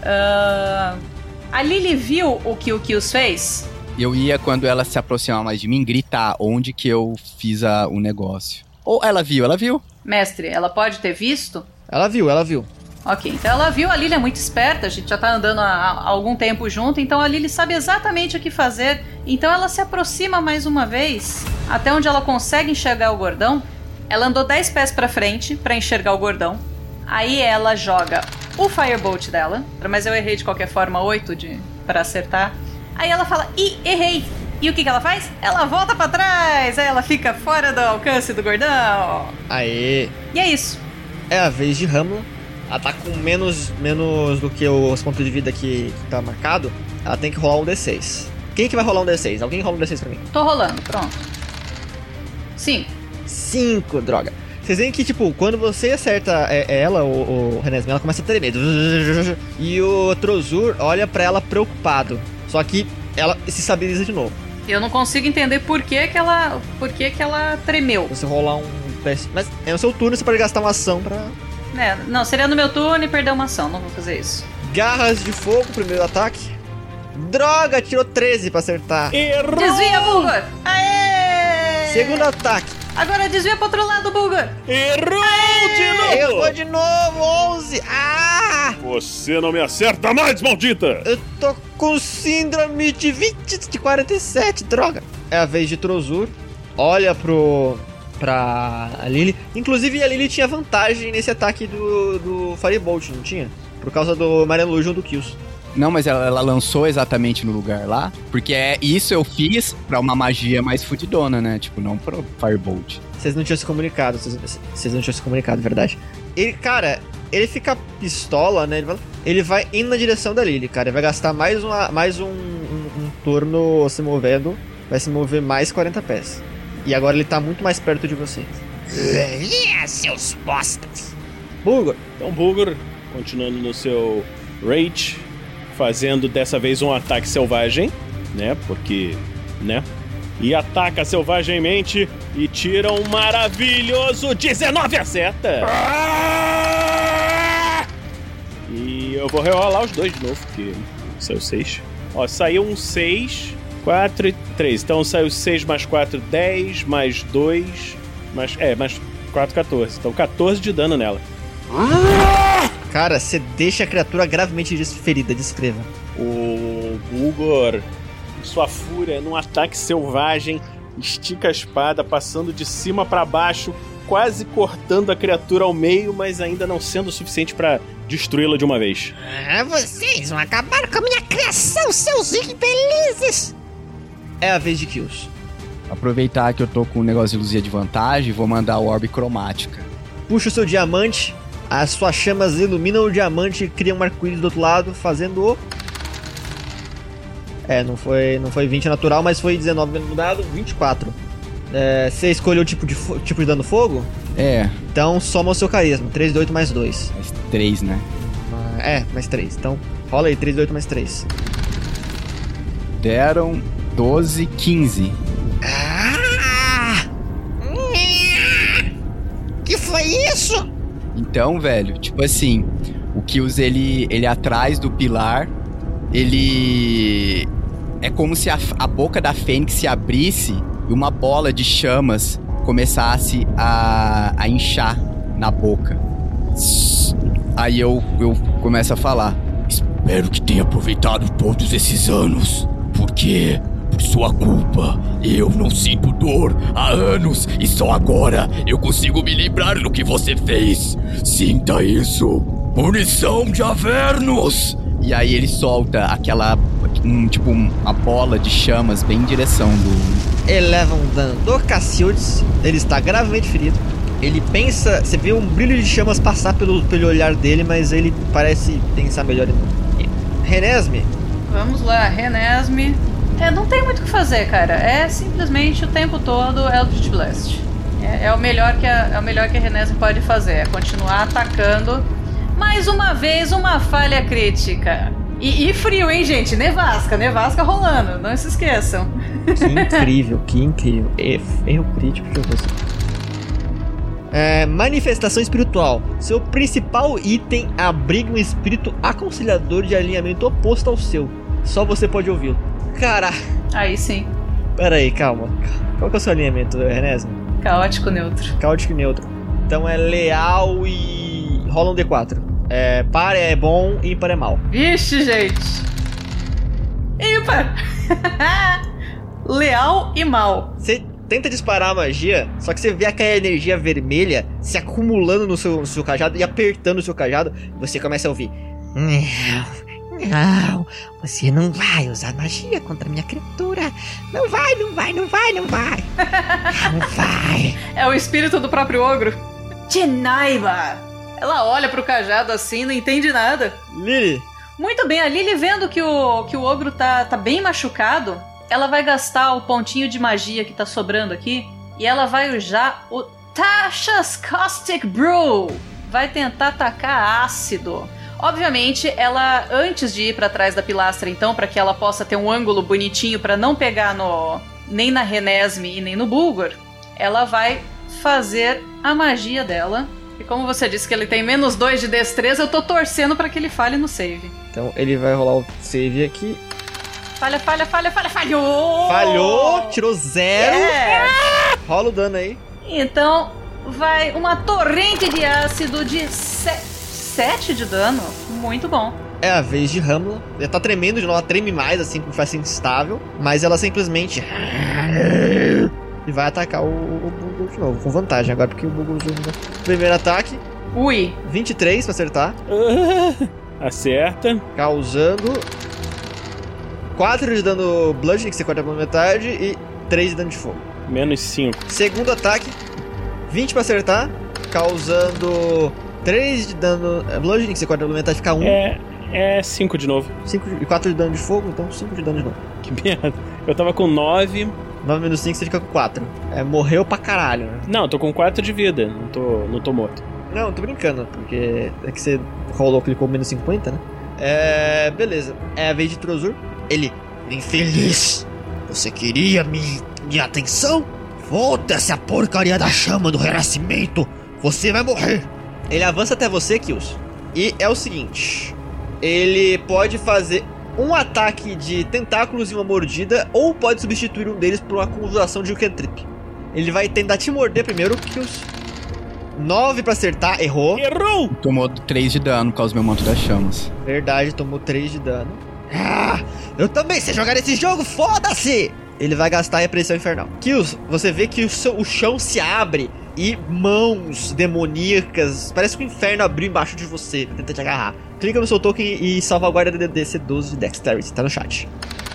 Uh, a Lily viu o que o Kills fez? Eu ia, quando ela se aproximar mais de mim, gritar onde que eu fiz a, o negócio. Ou ela viu, ela viu. Mestre, ela pode ter visto? Ela viu, ela viu. Ok, então ela viu, a Lily é muito esperta, a gente já tá andando há, há algum tempo junto, então a Lily sabe exatamente o que fazer. Então ela se aproxima mais uma vez, até onde ela consegue enxergar o gordão. Ela andou dez pés pra frente pra enxergar o gordão. Aí ela joga o Firebolt dela, mas eu errei de qualquer forma oito de, pra acertar. Aí ela fala, ih, errei. E o que que ela faz? Ela volta pra trás, aí ela fica fora do alcance do gordão. Aê. E é isso. É a vez de Hamla. Ela tá com menos, menos do que os pontos de vida que, que tá marcado. Ela tem que rolar um D seis. Quem que vai rolar um D seis? Alguém rola um D seis pra mim? Tô rolando, pronto. Cinco. Cinco, droga. Vocês veem que, tipo, quando você acerta é, ela, o, o Renesme, ela começa a tremer. E o Trozur olha pra ela preocupado. Só que ela se estabiliza de novo. Eu não consigo entender por que que ela, por que que ela tremeu. Você rolar um teste... Mas é no seu turno, você pode gastar uma ação pra... É, não, seria no meu turno e perder uma ação, não vou fazer isso. Garras de fogo, primeiro ataque. Droga, tirou treze pra acertar. Errou! Desvia, Bulgur! Aê! Segundo ataque. Agora desvia pro outro lado, Bulgur! Errou Aê! de novo! Errou de novo, onze! Ah! Você não me acerta mais, maldita! Eu tô com síndrome de vinte de quarenta e sete, droga. É a vez de Trozur. Olha pro... pra a Lily. Inclusive a Lily tinha vantagem nesse ataque do, do Firebolt, não tinha? Por causa do Mariano junto do Kills. Não, mas ela, ela lançou exatamente no lugar lá. Porque é isso eu fiz pra uma magia mais fudidona, né? Tipo, não pro Firebolt. Vocês não tinham se comunicado, vocês, vocês não tinham se comunicado, verdade. Ele, cara, ele fica pistola, né? Ele vai, ele vai indo na direção da Lily, cara. Ele vai gastar mais, uma, mais um, um, um turno se movendo. Vai se mover mais quarenta pés. E agora ele tá muito mais perto de vocês. Yeah, seus bostas. Bulgur. Então Bulgur, continuando no seu rage, fazendo dessa vez um ataque selvagem, né? Porque, né? E ataca selvagemmente e tira um maravilhoso dezenove, acerta! Ah! E eu vou rerolar os dois de novo, porque saiu seis. Ó, saiu um seis... quatro e três. Então saiu seis mais quatro, dez, mais dois, mais, é, mais quatro, quatorze. Então quatorze de dano nela. Cara, você deixa a criatura gravemente ferida, descreva. O Bulgur, sua fúria, num ataque selvagem, estica a espada, passando de cima pra baixo, quase cortando a criatura ao meio, mas ainda não sendo o suficiente pra destruí-la de uma vez. Ah, vocês vão acabar com a minha criação, seus infelizes! É a vez de Kills. Aproveitar que eu tô com um negócio de luzia de vantagem, vou mandar o orbe cromática. Puxa o seu diamante, as suas chamas iluminam o diamante e criam um arco-íris do outro lado, fazendo o... É, não foi, não foi vinte natural, mas foi dezenove no dado, vinte e quatro. É, você escolheu o tipo de, tipo de dano fogo? É. Então soma o seu carisma, três de oito mais dois. Mais três, né? É, mais três. Então rola aí, três de oito mais três. Deram doze, quinze. Ah! Que foi isso? Então, velho, tipo assim, o Kills, ele, ele atrás do pilar, ele... É como se a, a boca da Fênix se abrisse e uma bola de chamas começasse a, a inchar na boca. Aí eu, eu começo a falar. Espero que tenha aproveitado todos esses anos, porque, por sua culpa, eu não sinto dor há anos e só agora eu consigo me lembrar do que você fez. Sinta isso. Punição de Avernus! E aí ele solta aquela, um, tipo, uma bola de chamas bem em direção do... Ele leva um dano do Cacildes, ele está gravemente ferido. Ele pensa, você vê um brilho de chamas passar pelo, pelo olhar dele, mas ele parece pensar melhor em... Renesme. Vamos lá, Renesme. É, não tem muito o que fazer, cara. É simplesmente o tempo todo Eldritch Blast. É, é, o, melhor que a, é o melhor que a Renesme pode fazer. É continuar atacando. Mais uma vez, uma falha crítica. E, e frio, hein, gente? Nevasca, nevasca rolando. Não se esqueçam. Que incrível, que incrível. Erro crítico de você. É, manifestação espiritual. Seu principal item abriga um espírito aconselhador de alinhamento oposto ao seu. Só você pode ouvi-lo. Cara. Aí sim. Pera aí, calma. Qual que é o seu alinhamento, Renesme? Caótico neutro. Caótico neutro. Então é leal e... rola um D quatro. É, par é bom e ímpar é mal. Vixe, gente. Ímpar. Leal e mal. Você tenta disparar a magia, só que você vê aquela energia vermelha se acumulando no seu, no seu cajado e apertando o seu cajado, e você começa a ouvir. Não, não, você não vai usar magia contra minha criatura. Não vai, não vai, não vai, não vai. Não vai. É o espírito do próprio ogro. Tinaiba. Ela olha pro cajado assim, não entende nada. Lily. Muito bem, a Lily vendo que o, que o ogro tá, tá bem machucado, ela vai gastar o pontinho de magia que tá sobrando aqui e ela vai usar o Tasha's Caustic Brew. Vai tentar atacar ácido. Obviamente, ela, antes de ir pra trás da pilastra, então, pra que ela possa ter um ângulo bonitinho pra não pegar no nem na Renesme e nem no Bulgur, ela vai fazer a magia dela. E como você disse que ele tem menos dois de destreza, eu tô torcendo pra que ele falhe no save. Então ele vai rolar o save aqui. Falha, falha, falha, falha, falhou! Falhou, tirou zero. É. Rola o dano aí. Então vai uma torrente de ácido de sete de dano. Muito bom. É a vez de Hamla. Ela tá tremendo de novo, ela treme mais, assim, como faz assim instável. Mas ela simplesmente... E vai atacar o, o Bulgur de novo, com vantagem agora, porque o Bulgur usou no primeiro ataque. Ui. vinte e três pra acertar. Acerta. Causando quatro de dano bludgeoning, que você corta pela metade, e três de dano de fogo. Menos cinco. Segundo ataque, vinte pra acertar, causando três de dano bludgeoning, que você corta pela metade, fica um. É, é cinco de novo. cinco e quatro de dano de fogo, então cinco de dano de novo. Que merda. Eu tava com nove. nove menos cinco, você fica com quatro. É, morreu pra caralho, né? Não, eu tô com quatro de vida, não tô, não tô morto. Não, tô brincando, porque é que você rolou, clicou menos cinquenta, né? É... beleza. É a vez de Trozur. Ele... Infeliz! Você queria me... minha atenção? Volta-se a porcaria da chama do renascimento! Você vai morrer! Ele avança até você, Kills. E é o seguinte... Ele pode fazer um ataque de tentáculos e uma mordida, ou pode substituir um deles por uma conjuração de cantrip. Ele vai tentar te morder primeiro, Kills. nove pra acertar, errou. Errou! Tomou três de dano por causa do meu manto das chamas. Verdade, tomou três de dano. Ah, eu também sei jogar esse jogo, foda-se! Ele vai gastar a repressão infernal. Kills, você vê que o, seu, o chão se abre e mãos demoníacas, parece que o inferno abriu embaixo de você pra tentar te agarrar. Clica no seu token e salvaguarda D C doze de Dexterity, tá no chat.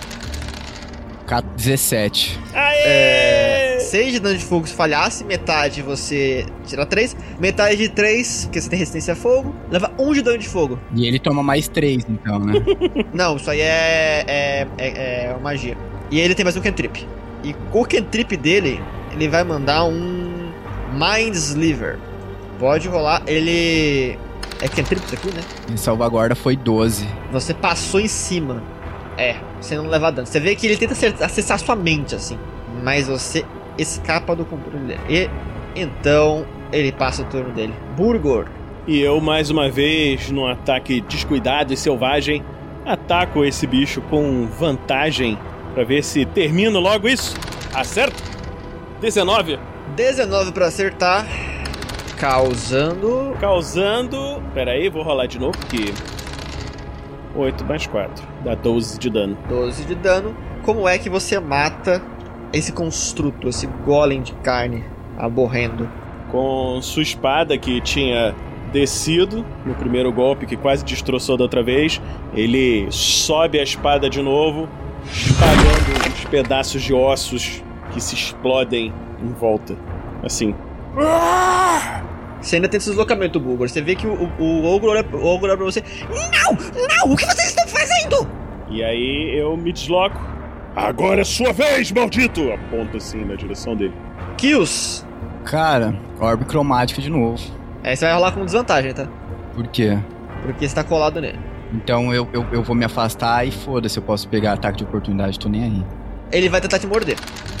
dezessete. Aê! É, seis de dano de fogo se falhasse, metade você tira três, metade de três, porque você tem resistência a fogo, leva um de dano de fogo. E ele toma mais três, então, né? Não, isso aí é, é, é, é magia. E ele tem mais um cantrip. E com o cantrip dele, ele vai mandar um Mindsliver. Pode rolar, ele... É cantrip isso aqui, né? E salvaguarda foi doze. Você passou em cima. É, você não leva dano. Você vê que ele tenta acessar sua mente, assim. Mas você escapa do controle dele. E então ele passa o turno dele. Bulgur. E eu, mais uma vez, num ataque descuidado e selvagem, ataco esse bicho com vantagem pra ver se termino logo isso. Acerto? dezenove. dezenove pra acertar. Causando... Causando... Pera aí, vou rolar de novo, porque... oito mais quatro. Dá doze de dano. doze de dano. Como é que você mata esse construto, esse golem de carne aborrendo? Com sua espada que tinha descido no primeiro golpe, que quase destroçou da outra vez, ele sobe a espada de novo, espalhando os pedaços de ossos que se explodem em volta. Assim. Você ainda tem esse deslocamento, Bulgor. Você vê que o, o, o ogro olha, o ogro olha pra você. Não! Não! O que vocês estão fazendo? E aí eu me desloco. Agora é sua vez, maldito! Aponta assim na direção dele. Kills. Cara, orbe cromática de novo. Aí você vai rolar com desvantagem, tá? Por quê? Porque você tá colado nele. Então eu, eu, eu vou me afastar e foda-se, eu posso pegar ataque de oportunidade, tô nem aí. Ele vai tentar te morder.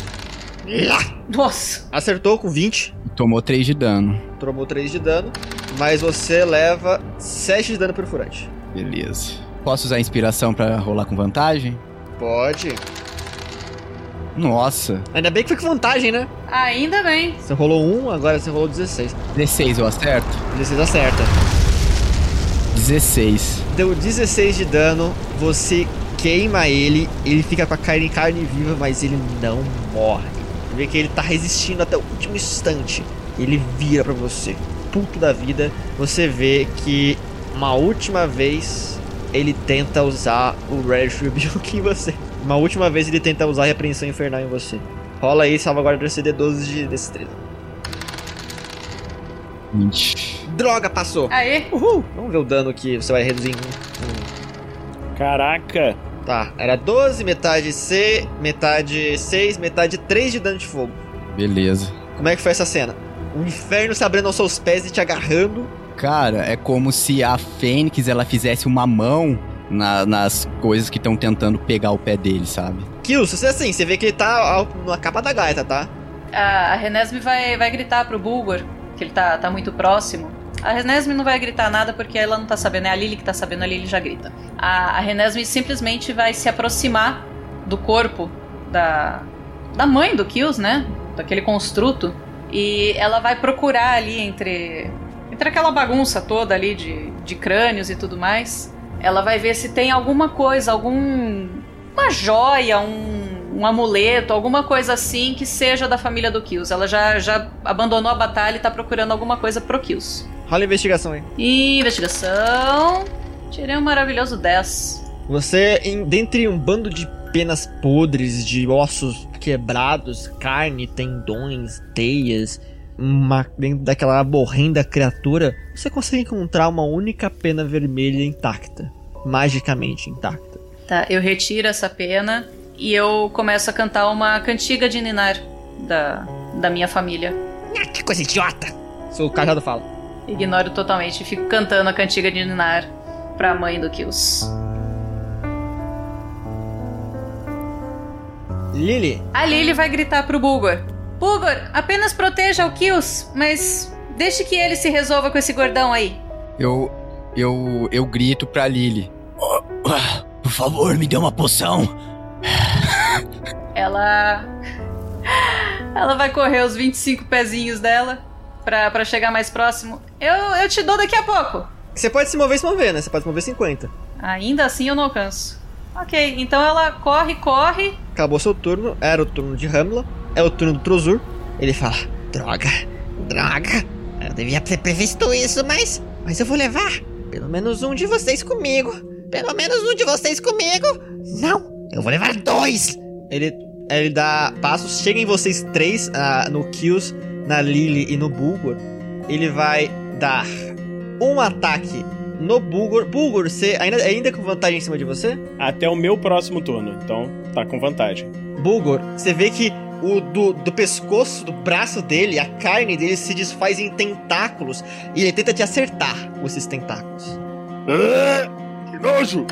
Nossa! Acertou com vinte. Tomou três de dano. Tomou três de dano, mas você leva sete de dano perfurante. Beleza. Posso usar a inspiração pra rolar com vantagem? Pode. Nossa. Ainda bem que foi com vantagem, né? Ainda bem. Você rolou um, agora você rolou dezesseis. dezesseis eu acerto? dezesseis acerta. dezesseis. Deu dezesseis de dano, você queima ele, ele fica com a carne, carne viva, mas ele não morre. Você vê que ele tá resistindo até o último instante. Ele vira pra você, puto da vida. Você vê que uma última vez ele tenta usar o Retribution em você. Uma última vez ele tenta usar a repreensão infernal em você. Rola aí, salvaguarda C D doze de destreza. vinte. Droga, passou. Aê. Uhul. Vamos ver o dano que você vai reduzir em um. Caraca. Tá, era doze, metade C, metade seis, metade três de dano de fogo. Beleza. Como é que foi essa cena? O inferno se abrindo aos seus pés e te agarrando. Cara, é como se a Fênix, ela fizesse uma mão na, nas coisas que estão tentando pegar o pé dele, sabe? Kills, você assim, você vê que ele tá na capa da gaita, tá? A, a Renesme vai, vai gritar pro Bulgor, que ele tá, tá muito próximo. A Renesme não vai gritar nada porque ela não tá sabendo, é a Lily que tá sabendo, a Lily já grita. A, a Renesme simplesmente vai se aproximar do corpo da, da mãe do Kills, né? Daquele construto. E ela vai procurar ali entre, entre aquela bagunça toda ali de, de crânios e tudo mais. Ela vai ver se tem alguma coisa, algum... uma joia, um, um amuleto, alguma coisa assim que seja da família do Kills. Ela já, já abandonou a batalha e tá procurando alguma coisa pro Kills. Rola a investigação aí. Investigação. Tirei um maravilhoso dez. Você, em, dentre um bando de penas podres, de ossos quebrados, carne, tendões, teias, uma, dentro daquela aborrenda criatura, você consegue encontrar uma única pena vermelha intacta. Magicamente intacta. Tá, eu retiro essa pena e eu começo a cantar uma cantiga de ninar da, da minha família. Ah, que coisa idiota! Seu cajado fala. Ignoro totalmente e fico cantando a cantiga de ninar pra mãe do Kills. Lily? A Lily vai gritar pro Bulgor. Bulgor, apenas proteja o Kills, mas deixe que ele se resolva com esse gordão aí. Eu... eu... eu grito pra Lily. Oh, por favor, me dê uma poção. Ela... ela vai correr os vinte e cinco pezinhos dela pra, pra chegar mais próximo. Eu, eu te dou daqui a pouco. Você pode se mover e se mover, né? Você pode se mover cinquenta. Ainda assim eu não alcanço. Ok, então ela corre, corre. Acabou seu turno, era o turno de Hamla, é o turno do Trozur. Ele fala, droga, droga, eu devia ter previsto isso, mas, mas eu vou levar pelo menos um de vocês comigo. Pelo menos um de vocês comigo. Não, eu vou levar dois. Ele, ele dá passos, chega em vocês três, uh, no Kills, na Lily e no Bulgor. Ele vai dar um ataque no Bulgor. Bulgor, você ainda, ainda com vantagem em cima de você? Até o meu próximo turno, então tá com vantagem. Bulgor, você vê que o do, do pescoço, do braço dele, a carne dele se desfaz em tentáculos e ele tenta te acertar com esses tentáculos. Ah, que nojo!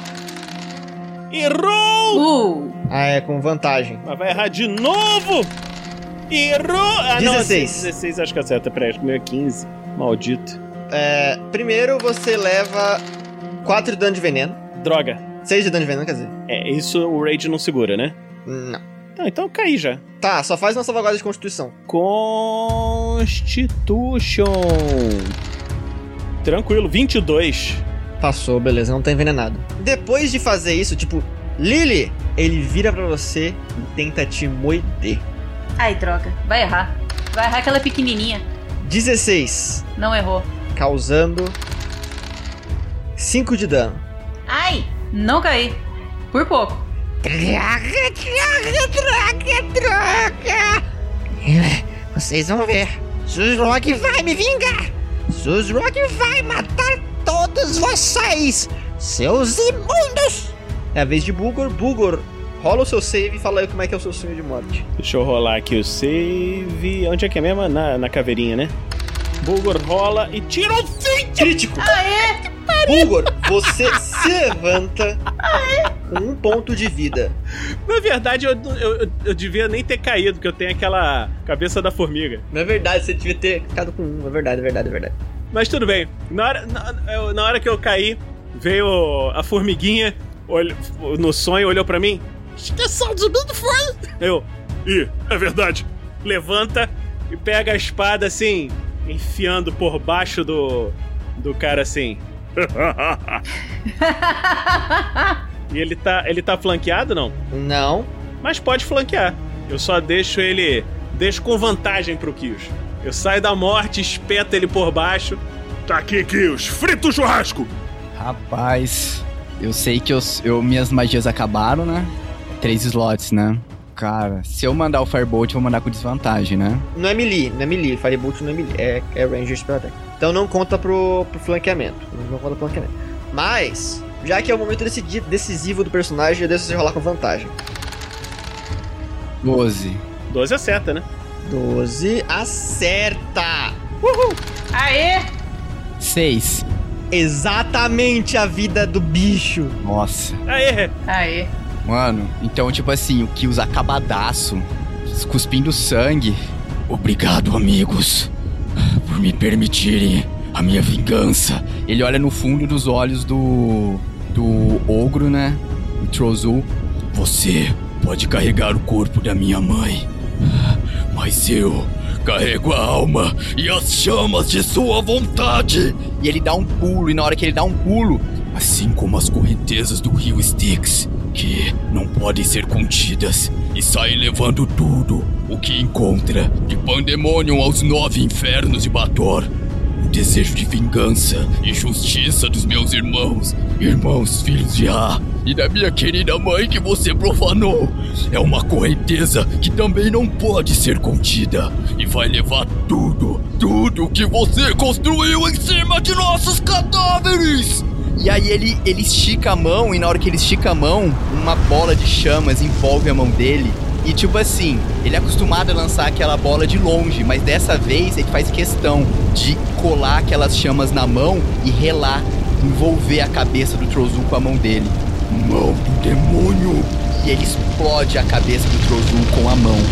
Errou! Uh. Ah, é com vantagem. Mas vai errar de novo! Errou! Ah, dezesseis. Não, dezesseis acho que acerta, peraí, acho que o meu é quinze. Maldito. É, primeiro você leva quatro de dano de veneno. Droga. seis de dano de veneno, quer dizer. É, isso o Rage não segura, né? Não. Não, então eu caí já. Tá, só faz uma salvaguarda de Constituição. Constitution. Tranquilo, vinte e dois. Passou, beleza, não tá envenenado. Depois de fazer isso, tipo, Lily, ele vira pra você e tenta te morder. Ai, droga. Vai errar. Vai errar aquela pequenininha. dezesseis. Não errou. Causando cinco de dano. Ai, não caí. Por pouco. Droga, droga, droga, droga. Vocês vão ver. Susrog vai me vingar. Susrog vai matar todos vocês, seus imundos. É a vez de Bulgor. Bulgor, rola o seu save e fala aí como é que é o seu sonho de morte. Deixa eu rolar aqui o save. Onde é que é mesmo? Na, na caveirinha, né? Bulgor rola e tira um vinte! Crítico! Aê! Bulgor, você se levanta com um ponto de vida. Na verdade, eu, eu, eu devia nem ter caído, porque eu tenho aquela cabeça da formiga. Na verdade, você devia ter ficado com um. É verdade, é verdade, é verdade. Mas tudo bem. Na hora, na, na hora que eu caí, veio a formiguinha olh, no sonho, olhou pra mim. Eu, ih, é verdade. Levanta e pega a espada assim, enfiando por baixo do, do cara assim. E ele tá, ele tá flanqueado, não? Não. Mas pode flanquear. Eu só deixo ele... Deixo com vantagem pro Kios. Eu saio da morte, espeto ele por baixo. Tá aqui, Kios. Frita o churrasco. Rapaz, eu sei que eu, eu, minhas magias acabaram, né? Três slots, né? Cara, se eu mandar o Firebolt, eu vou mandar com desvantagem, né? Não é melee, não é melee. Firebolt não é melee. É, é Ranger Spell Attack. Então não conta pro, pro flanqueamento. Não conta pro flanqueamento. Mas, já que é o momento decidi- decisivo do personagem, eu deixo você rolar com vantagem. doze. doze acerta, né? doze acerta! Uhul! Aê! seis. Exatamente a vida do bicho. Nossa. Aê! Aê. Mano, então, tipo assim, o Kios acabadaço, cuspindo sangue. Obrigado, amigos, por me permitirem a minha vingança. Ele olha no fundo dos olhos do... do ogro, né? O Trozul. Você pode carregar o corpo da minha mãe, mas eu carrego a alma e as chamas de sua vontade. E ele dá um pulo, e na hora que ele dá um pulo... Assim como as correntezas do rio Styx, que não podem ser contidas, e sai levando tudo o que encontra, de Pandemonium aos nove infernos de Bator. O desejo de vingança e justiça dos meus irmãos, irmãos filhos de Ra, e da minha querida mãe que você profanou, é uma correnteza que também não pode ser contida, e vai levar tudo, tudo que você construiu em cima de nossos cadáveres. E aí ele, ele estica a mão, e na hora que ele estica a mão, uma bola de chamas envolve a mão dele. E tipo assim, ele é acostumado a lançar aquela bola de longe, mas dessa vez ele faz questão de colar aquelas chamas na mão e relar, envolver a cabeça do Trozul com a mão dele. Mão do demônio! E ele explode a cabeça do Trozul com a mão.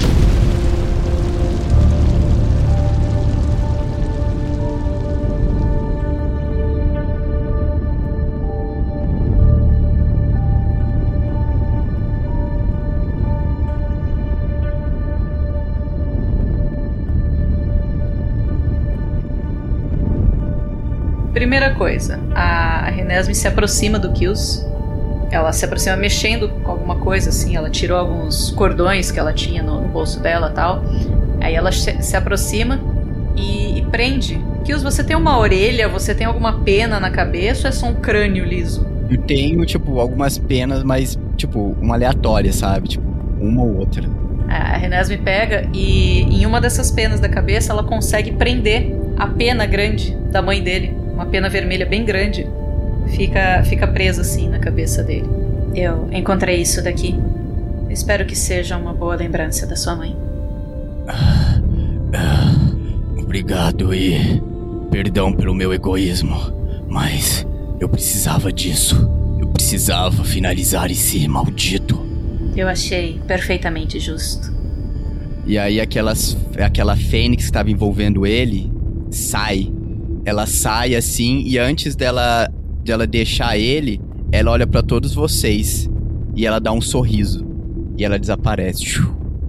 Primeira coisa, a Renesmee se aproxima do Kios. Ela se aproxima mexendo com alguma coisa, assim. Ela tirou alguns cordões que ela tinha no, no bolso dela e tal. Aí ela se, se aproxima e, e prende. Kios, você tem uma orelha? Você tem alguma pena na cabeça ou é só um crânio liso? Eu tenho, tipo, algumas penas, mas, tipo, uma aleatória, sabe? Tipo, uma ou outra. A Renesmee pega e em uma dessas penas da cabeça ela consegue prender a pena grande da mãe dele. Uma pena vermelha bem grande. Fica, fica presa assim na cabeça dele. Eu encontrei isso daqui. Espero que seja uma boa lembrança da sua mãe. Ah, ah, obrigado e perdão pelo meu egoísmo, mas eu precisava disso. Eu precisava finalizar esse maldito. Eu achei perfeitamente justo. E aí aquelas, aquela fênix que estava envolvendo ele sai. Ela sai assim e antes dela, dela deixar ele, ela olha pra todos vocês e ela dá um sorriso. E e ela desaparece.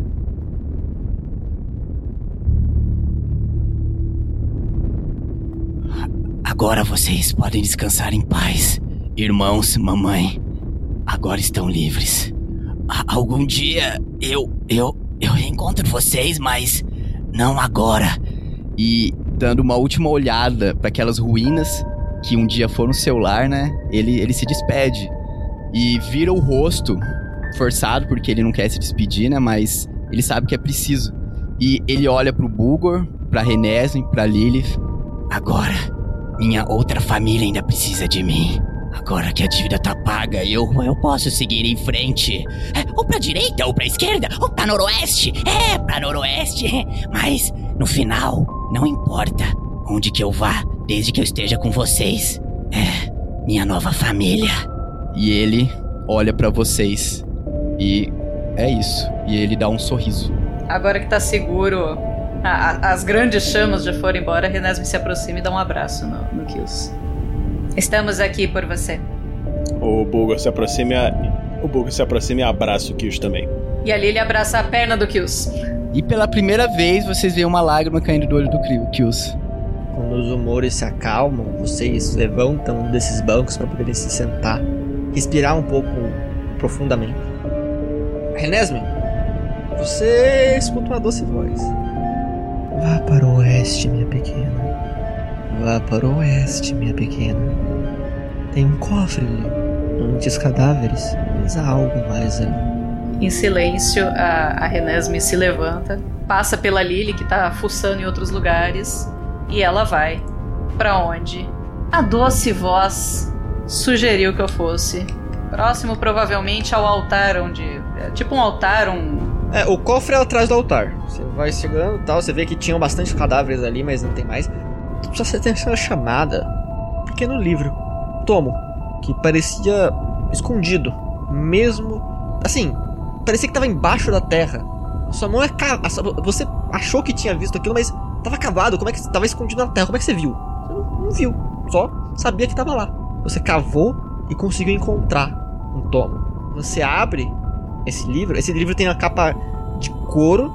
Agora vocês podem descansar em paz. Irmãos, mamãe, agora estão livres. A- algum dia eu, eu, eu reencontro vocês, mas não agora. E dando uma última olhada para aquelas ruínas que um dia foram seu lar, né? Ele, ele se despede e vira o rosto, forçado porque ele não quer se despedir, né? Mas ele sabe que é preciso. E ele olha pro Bulgor, pra Renesmee, pra Lilith. Agora, minha outra família ainda precisa de mim. Agora que a dívida tá paga, eu, eu posso seguir em frente. É, ou pra direita, ou pra esquerda, ou pra noroeste. É, pra noroeste. Mas, no final, não importa onde que eu vá, desde que eu esteja com vocês. É, minha nova família. E ele olha pra vocês. E é isso. E ele dá um sorriso. Agora que tá seguro, a, a, as grandes chamas já foram embora, Renesmee se aproxima e dá um abraço no, no Kills. Estamos aqui por você. O Bulgor se aproxima e, o Bulgor se aproxima e abraça o Kills também. E ali ele abraça a perna do Kills. E pela primeira vez vocês veem uma lágrima caindo do olho do Kills. Quando os humores se acalmam, vocês levantam um desses bancos para poderem se sentar, respirar um pouco profundamente. Renesmee, você escuta uma doce voz. Vá para o oeste, minha pequena. Vá para o oeste, minha pequena. Tem um cofre ali, muitos cadáveres, mas há algo mais ali. Em silêncio, a, a Renesmee se levanta, passa pela Lily, que tá fuçando em outros lugares, e ela vai pra onde a doce voz sugeriu que eu fosse. Próximo, provavelmente, ao altar, onde... É tipo um altar, um... É, o cofre é atrás do altar. Você vai chegando e tal, você vê que tinham bastante cadáveres ali, mas não tem mais. Só você tem uma chamada. Um pequeno livro. Tomo. Que parecia escondido. Mesmo... Assim, parecia que tava embaixo da terra. A sua mão é... Ca... Você achou que tinha visto aquilo, mas tava cavado. Como é que tava escondido na terra? Como é que você viu? Você não, não viu. Só sabia que tava lá. Você cavou e conseguiu encontrar um tomo. Você abre esse livro. Esse livro tem uma capa de couro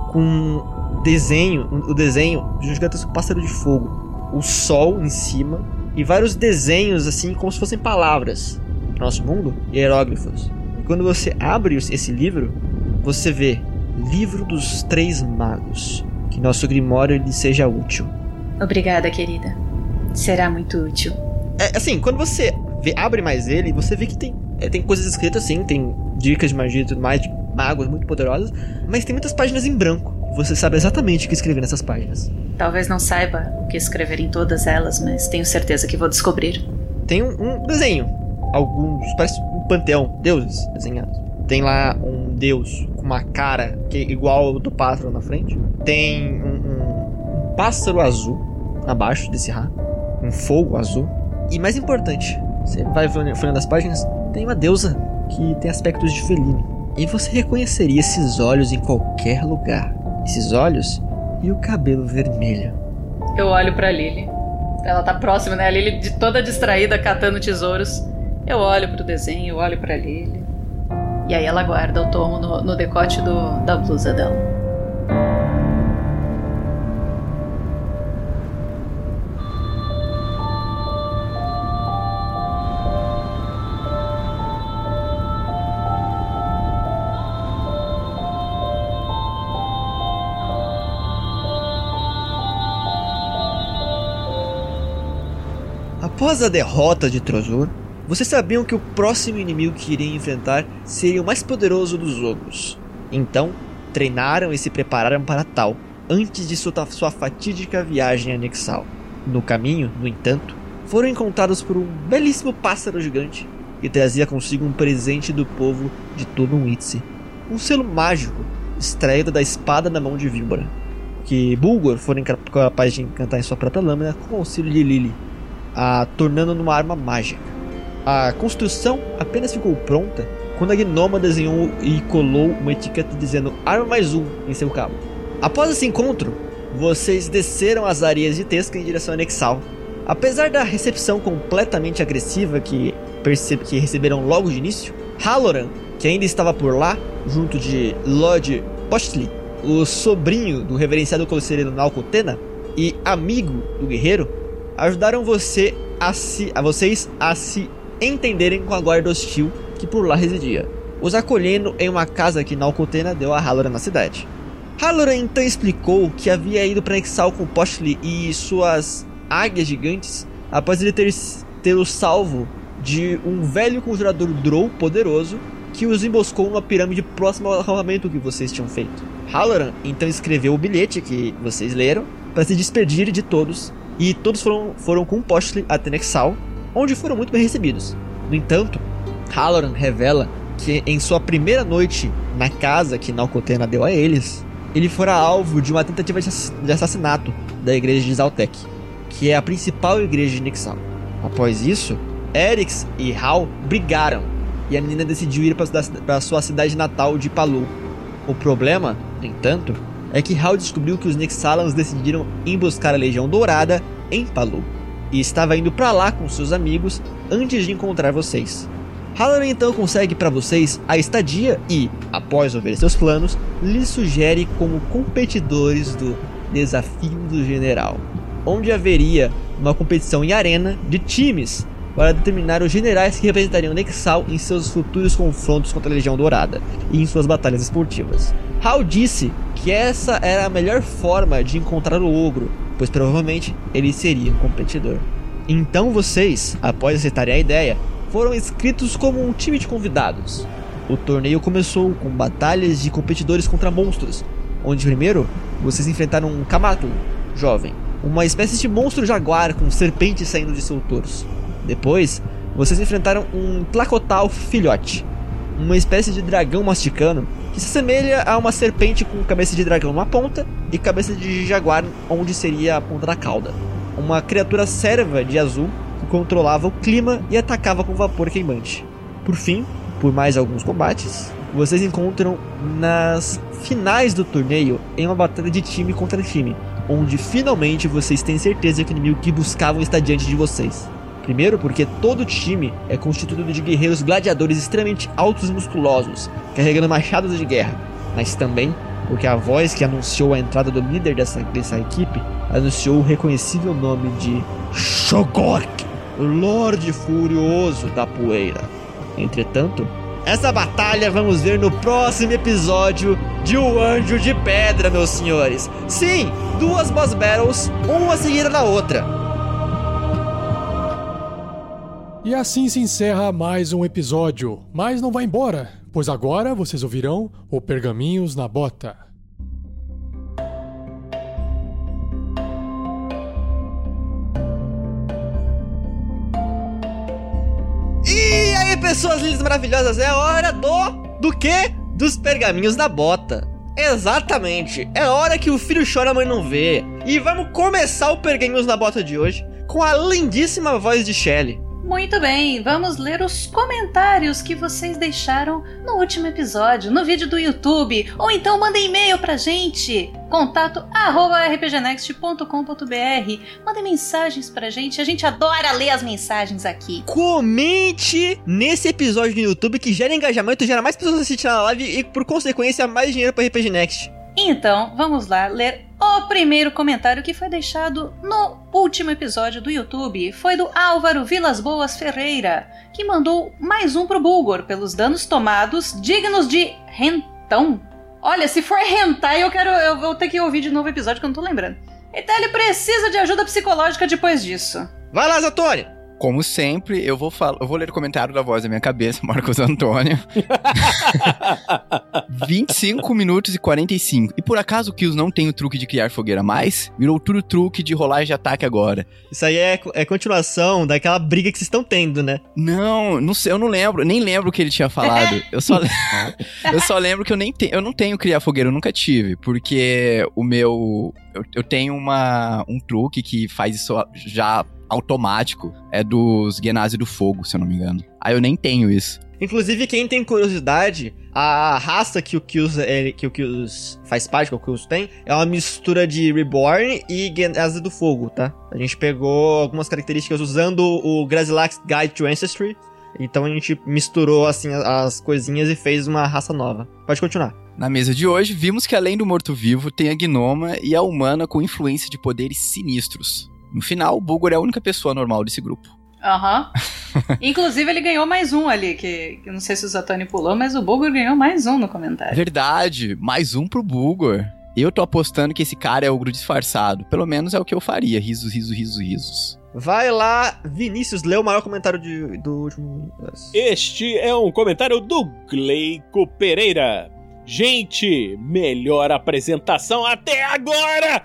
com desenho, o desenho de um gigantesco pássaro de fogo, o sol em cima e vários desenhos assim como se fossem palavras do nosso mundo e hieróglifos. E quando você abre esse livro, você vê Livro dos Três Magos. Que nosso grimório lhe seja útil. Obrigada, querida. Será muito útil. É assim, quando você vê, abre mais ele, você vê que tem, é, tem coisas escritas assim, tem dicas de magia e tudo mais, de magos muito poderosos, mas tem muitas páginas em branco. Você sabe exatamente o que escrever nessas páginas. Talvez não saiba o que escrever em todas elas, mas tenho certeza que vou descobrir. Tem um, um desenho. Alguns, parece um panteão, deuses desenhados. Tem lá um deus com uma cara que é igual ao do pássaro na frente. Tem um, um, um pássaro azul abaixo desse rato. Um fogo azul. E mais importante, você vai folhando as páginas, tem uma deusa que tem aspectos de felino. E você reconheceria esses olhos em qualquer lugar. Esses olhos e o cabelo vermelho. Eu olho pra Lily. Ela tá próxima, né? A Lily de toda distraída, catando tesouros. Eu olho pro desenho, eu olho pra Lily. E aí ela guarda o tomo no, no decote do, da blusa dela. Após a derrota de Trozor, vocês sabiam que o próximo inimigo que iriam enfrentar seria o mais poderoso dos ogros. Então, treinaram e se prepararam para tal, antes de sua, sua fatídica viagem a Nexal. No caminho, no entanto, foram encontrados por um belíssimo pássaro gigante que trazia consigo um presente do povo de Tulum-Itse, um selo mágico extraído da espada na mão de Víbora, que Bulgor foi capaz de encantar em sua própria lâmina com o auxílio de Lily, a tornando numa arma mágica. A construção apenas ficou pronta quando a Gnoma desenhou e colou uma etiqueta dizendo Arma mais um em seu cabo. Após esse encontro, vocês desceram as areias de Tesca em direção a Nexal. Apesar da recepção completamente agressiva que, perce- que receberam logo de início, Halloran, que ainda estava por lá, junto de Lord Postli, o sobrinho do reverenciado conselheiro Nalcotena e amigo do guerreiro, ajudaram você a se, a vocês a se entenderem com a guarda hostil que por lá residia, os acolhendo em uma casa que Nalcotena deu a Halloran na cidade. Halloran então explicou que havia ido para Nexal com Postli e suas águias gigantes após ele ter tê-lo salvo de um velho conjurador Drow poderoso que os emboscou numa pirâmide próxima ao acampamento que vocês tinham feito. Halloran então escreveu o bilhete que vocês leram para se despedir de todos, e todos foram, foram com Postli até Nexal, onde foram muito bem recebidos. No entanto, Halloran revela que em sua primeira noite na casa que Nalcotena deu a eles, ele fora alvo de uma tentativa de assassinato da igreja de Zaltec, que é a principal igreja de Nexal. Após isso, Erix e Hal brigaram, e a menina decidiu ir para sua cidade natal de Palu. O problema, no entanto, é que Hal descobriu que os Nexalans decidiram emboscar a Legião Dourada em Palu, e estava indo para lá com seus amigos antes de encontrar vocês. Halloran então consegue para vocês a estadia e, após ouvir seus planos, lhes sugere como competidores do Desafio do General, onde haveria uma competição em arena de times para determinar os generais que representariam Nexal em seus futuros confrontos contra a Legião Dourada e em suas batalhas esportivas. Hal disse que essa era a melhor forma de encontrar o ogro, pois provavelmente ele seria um competidor. Então vocês, após aceitarem a ideia, foram inscritos como um time de convidados. O torneio começou com batalhas de competidores contra monstros, onde primeiro vocês enfrentaram um Kamatun jovem, uma espécie de monstro jaguar com serpentes saindo de seu torso. Depois, vocês enfrentaram um Tlacotal filhote, uma espécie de dragão masticano que se assemelha a uma serpente com cabeça de dragão numa ponta e cabeça de jaguar onde seria a ponta da cauda. Uma criatura serva de azul que controlava o clima e atacava com vapor queimante. Por fim, por mais alguns combates, vocês encontram nas finais do torneio em uma batalha de time contra time, onde finalmente vocês têm certeza que o inimigo que buscavam está diante de vocês. Primeiro porque todo time é constituído de guerreiros gladiadores extremamente altos e musculosos, carregando machados de guerra, mas também porque a voz que anunciou a entrada do líder dessa, dessa equipe anunciou o reconhecível nome de Shogork, o Lorde Furioso da Poeira. Entretanto, essa batalha vamos ver no próximo episódio de O Anjo de Pedra, meus senhores. Sim, duas boss battles, uma seguida da outra. E assim se encerra mais um episódio, mas não vai embora, pois agora vocês ouvirão o Pergaminhos na Bota. E aí, pessoas lindas maravilhosas, é hora do... do quê? Dos Pergaminhos na Bota. Exatamente, é hora que o filho chora, a mãe não vê. E vamos começar o Pergaminhos na Bota de hoje com a lindíssima voz de Shelly. Muito bem, vamos ler os comentários que vocês deixaram no último episódio, no vídeo do YouTube, ou então mandem e-mail pra gente, contato arroba r p g next ponto com ponto b r. Mandem mensagens pra gente, a gente adora ler as mensagens aqui. Comente nesse episódio no YouTube que gera engajamento, gera mais pessoas assistindo a live e, por consequência, mais dinheiro pra R P G Next. Então, vamos lá ler o primeiro comentário que foi deixado no último episódio do YouTube. Foi do Álvaro Vilas Boas Ferreira, que mandou mais um pro Bulgor pelos danos tomados dignos de rentão. Olha, se for hentai, eu quero eu vou ter que ouvir de novo o episódio que eu não tô lembrando. Então ele precisa de ajuda psicológica depois disso. Vai lá, Zatônio! Como sempre, eu vou, falar, eu vou ler o comentário da voz da minha cabeça, Marcos Antônio. vinte e cinco minutos e quarenta e cinco. E por acaso o Kills não tem o truque de criar fogueira mais? Virou tudo truque de rolar de ataque agora. Isso aí é, é continuação daquela briga que vocês estão tendo, né? Não, não sei, eu não lembro, nem lembro o que ele tinha falado. Eu só, eu só lembro que eu, nem te, eu não tenho criar fogueira, eu nunca tive. Porque o meu... Eu, eu tenho uma, um truque que faz isso já... automático, é dos Genasi do Fogo, se eu não me engano. Ah, eu nem tenho isso. Inclusive, quem tem curiosidade, a raça que o Kills, é, que o Kills faz parte, que o Kills tem, é uma mistura de Reborn e Genasi do Fogo, tá? A gente pegou algumas características usando o Grazilax Guide to Ancestry Então a gente misturou, assim, as coisinhas e fez uma raça nova. Pode continuar. Na mesa de hoje, vimos que além do morto-vivo, tem a gnoma e a humana com influência de poderes sinistros. No final, o Bulgor é a única pessoa normal desse grupo. Aham. Uhum. Inclusive, ele ganhou mais um ali, que, que eu não sei se o Zatoni pulou, mas o Bulgor ganhou mais um no comentário. Verdade, mais um pro Bulgor. Eu tô apostando que esse cara é ogro disfarçado. Pelo menos é o que eu faria. Risos, risos, risos, risos. Vai lá, Vinícius, lê o maior comentário de, do último... Este é um comentário do Gleico Pereira. Gente, melhor apresentação até agora!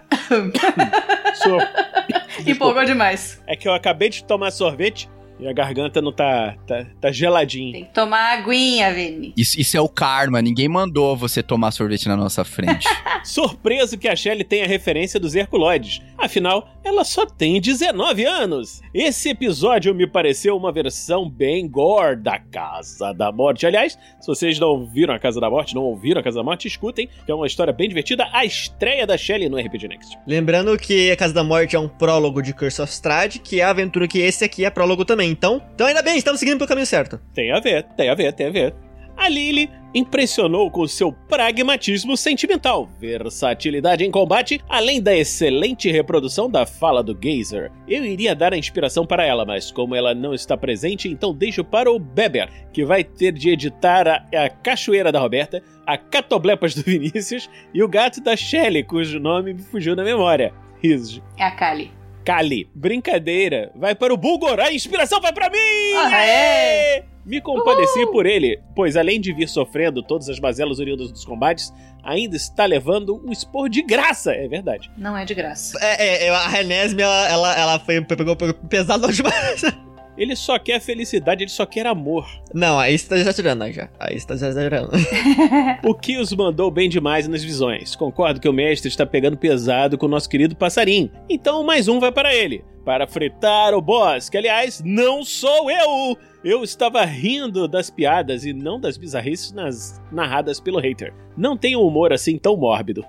Sou... Empolgou demais. É que eu acabei de tomar sorvete e a garganta não tá, tá, tá geladinha. Tem que tomar aguinha, Vini. Isso, isso é o karma, ninguém mandou você tomar sorvete na nossa frente. Surpreso que a Shelly tenha a referência dos Herculoides. Afinal, ela só tem dezenove anos. Esse episódio me pareceu uma versão bem gore da Casa da Morte. Aliás, se vocês não viram a Casa da Morte, não ouviram a Casa da Morte, escutem, que é uma história bem divertida, a estreia da Shelly no R P G Next. Lembrando que a Casa da Morte é um prólogo de Curse of Strahd, que é a aventura que esse aqui é prólogo também. Então, então ainda bem, estamos seguindo pelo caminho certo. Tem a ver, tem a ver, tem a ver. A Lily impressionou com seu pragmatismo sentimental, versatilidade em combate, além da excelente reprodução da fala do Geyser. Eu iria dar a inspiração para ela, mas como ela não está presente, então deixo para o Beber, que vai ter de editar a, a Cachoeira da Roberta, a Catoblepas do Vinícius e o gato da Shelly, cujo nome me fugiu da memória. Risos. É a Kali. Kali. Brincadeira. Vai para o Bulgor. A inspiração vai para mim! Ah, é! Me compadeci Uhul. por ele, pois além de vir sofrendo todas as mazelas oriundas dos combates, ainda está levando um esporro de graça. É verdade. Não é de graça. É, é a Renesme, ela, ela, ela foi, pegou, pegou pesado na última vez. Ele só quer felicidade, ele só quer amor. Não, aí você tá exagerando, já. Aí você tá exagerando. O que os mandou bem demais nas visões. Concordo que o mestre está pegando pesado com o nosso querido passarinho. Então mais um vai para ele. Para fritar o boss, que aliás, não sou eu! Eu estava rindo das piadas e não das bizarrices nas... narradas pelo hater. Não tem um humor assim tão mórbido.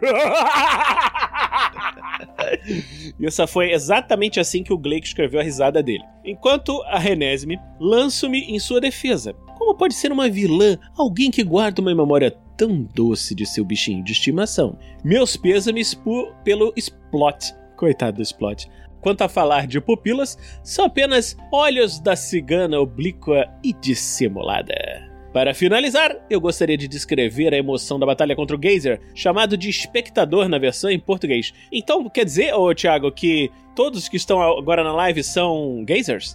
E essa foi exatamente assim que o Gleico escreveu a risada dele. Enquanto a Renesme, lanço-me em sua defesa. Como pode ser uma vilã alguém que guarda uma memória tão doce de seu bichinho de estimação? Meus pêsames por, pelo Splot. Coitado do Splot. Quanto a falar de pupilas, são apenas olhos da cigana oblíqua e dissimulada. Para finalizar, eu gostaria de descrever a emoção da batalha contra o Geyser, chamado de espectador na versão em português. Então, quer dizer, ô Thiago, que todos que estão agora na live são Geysers?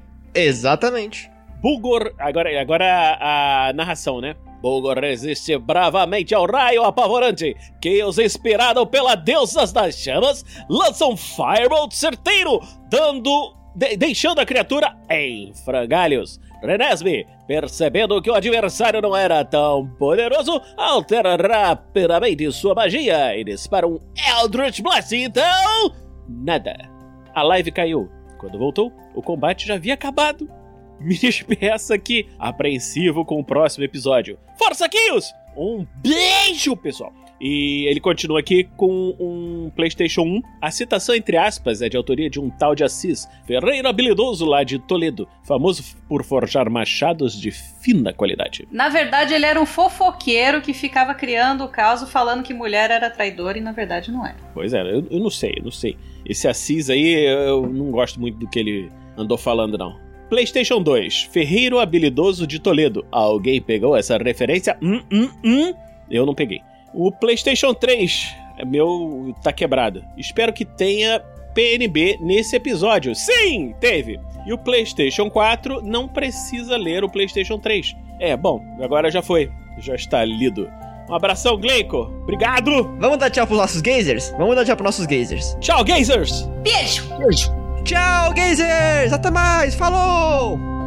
Exatamente. Bulgor, agora, agora a, a narração, né? Bulgor resiste bravamente ao raio apavorante que os inspirado pela deusa das chamas lançam um Firebolt certeiro, dando, de, deixando a criatura em frangalhos. Renesme, percebendo que o adversário não era tão poderoso, altera rapidamente sua magia e dispara um Eldritch Blast. Então, nada. A live caiu. Quando voltou, o combate já havia acabado. Me despeço aqui, apreensivo com o próximo episódio. Força Kills! Um beijo, pessoal! E ele continua aqui com um PlayStation um. A citação, entre aspas, é de autoria de um tal de Assis, ferreiro habilidoso lá de Toledo, famoso por forjar machados de fina qualidade. Na verdade, ele era um fofoqueiro que ficava criando o caso falando que mulher era traidora e na verdade não era. Pois é, eu, eu não sei, eu não sei. Esse Assis aí, eu não gosto muito do que ele andou falando, não. PlayStation dois, ferreiro habilidoso de Toledo. Alguém pegou essa referência? Hum, hum, hum. Eu não peguei. O PlayStation três, meu tá quebrado. Espero que tenha P N B nesse episódio. Sim, teve. E o PlayStation quatro não precisa ler o PlayStation três. É, bom, agora já foi. Já está lido. Um abração, Gleico. Obrigado. Vamos dar tchau pros nossos Geysers? Vamos dar tchau pros nossos Geysers. Tchau, Geysers. Beijo. Beijo. Tchau, Geysers. Até mais. Falou.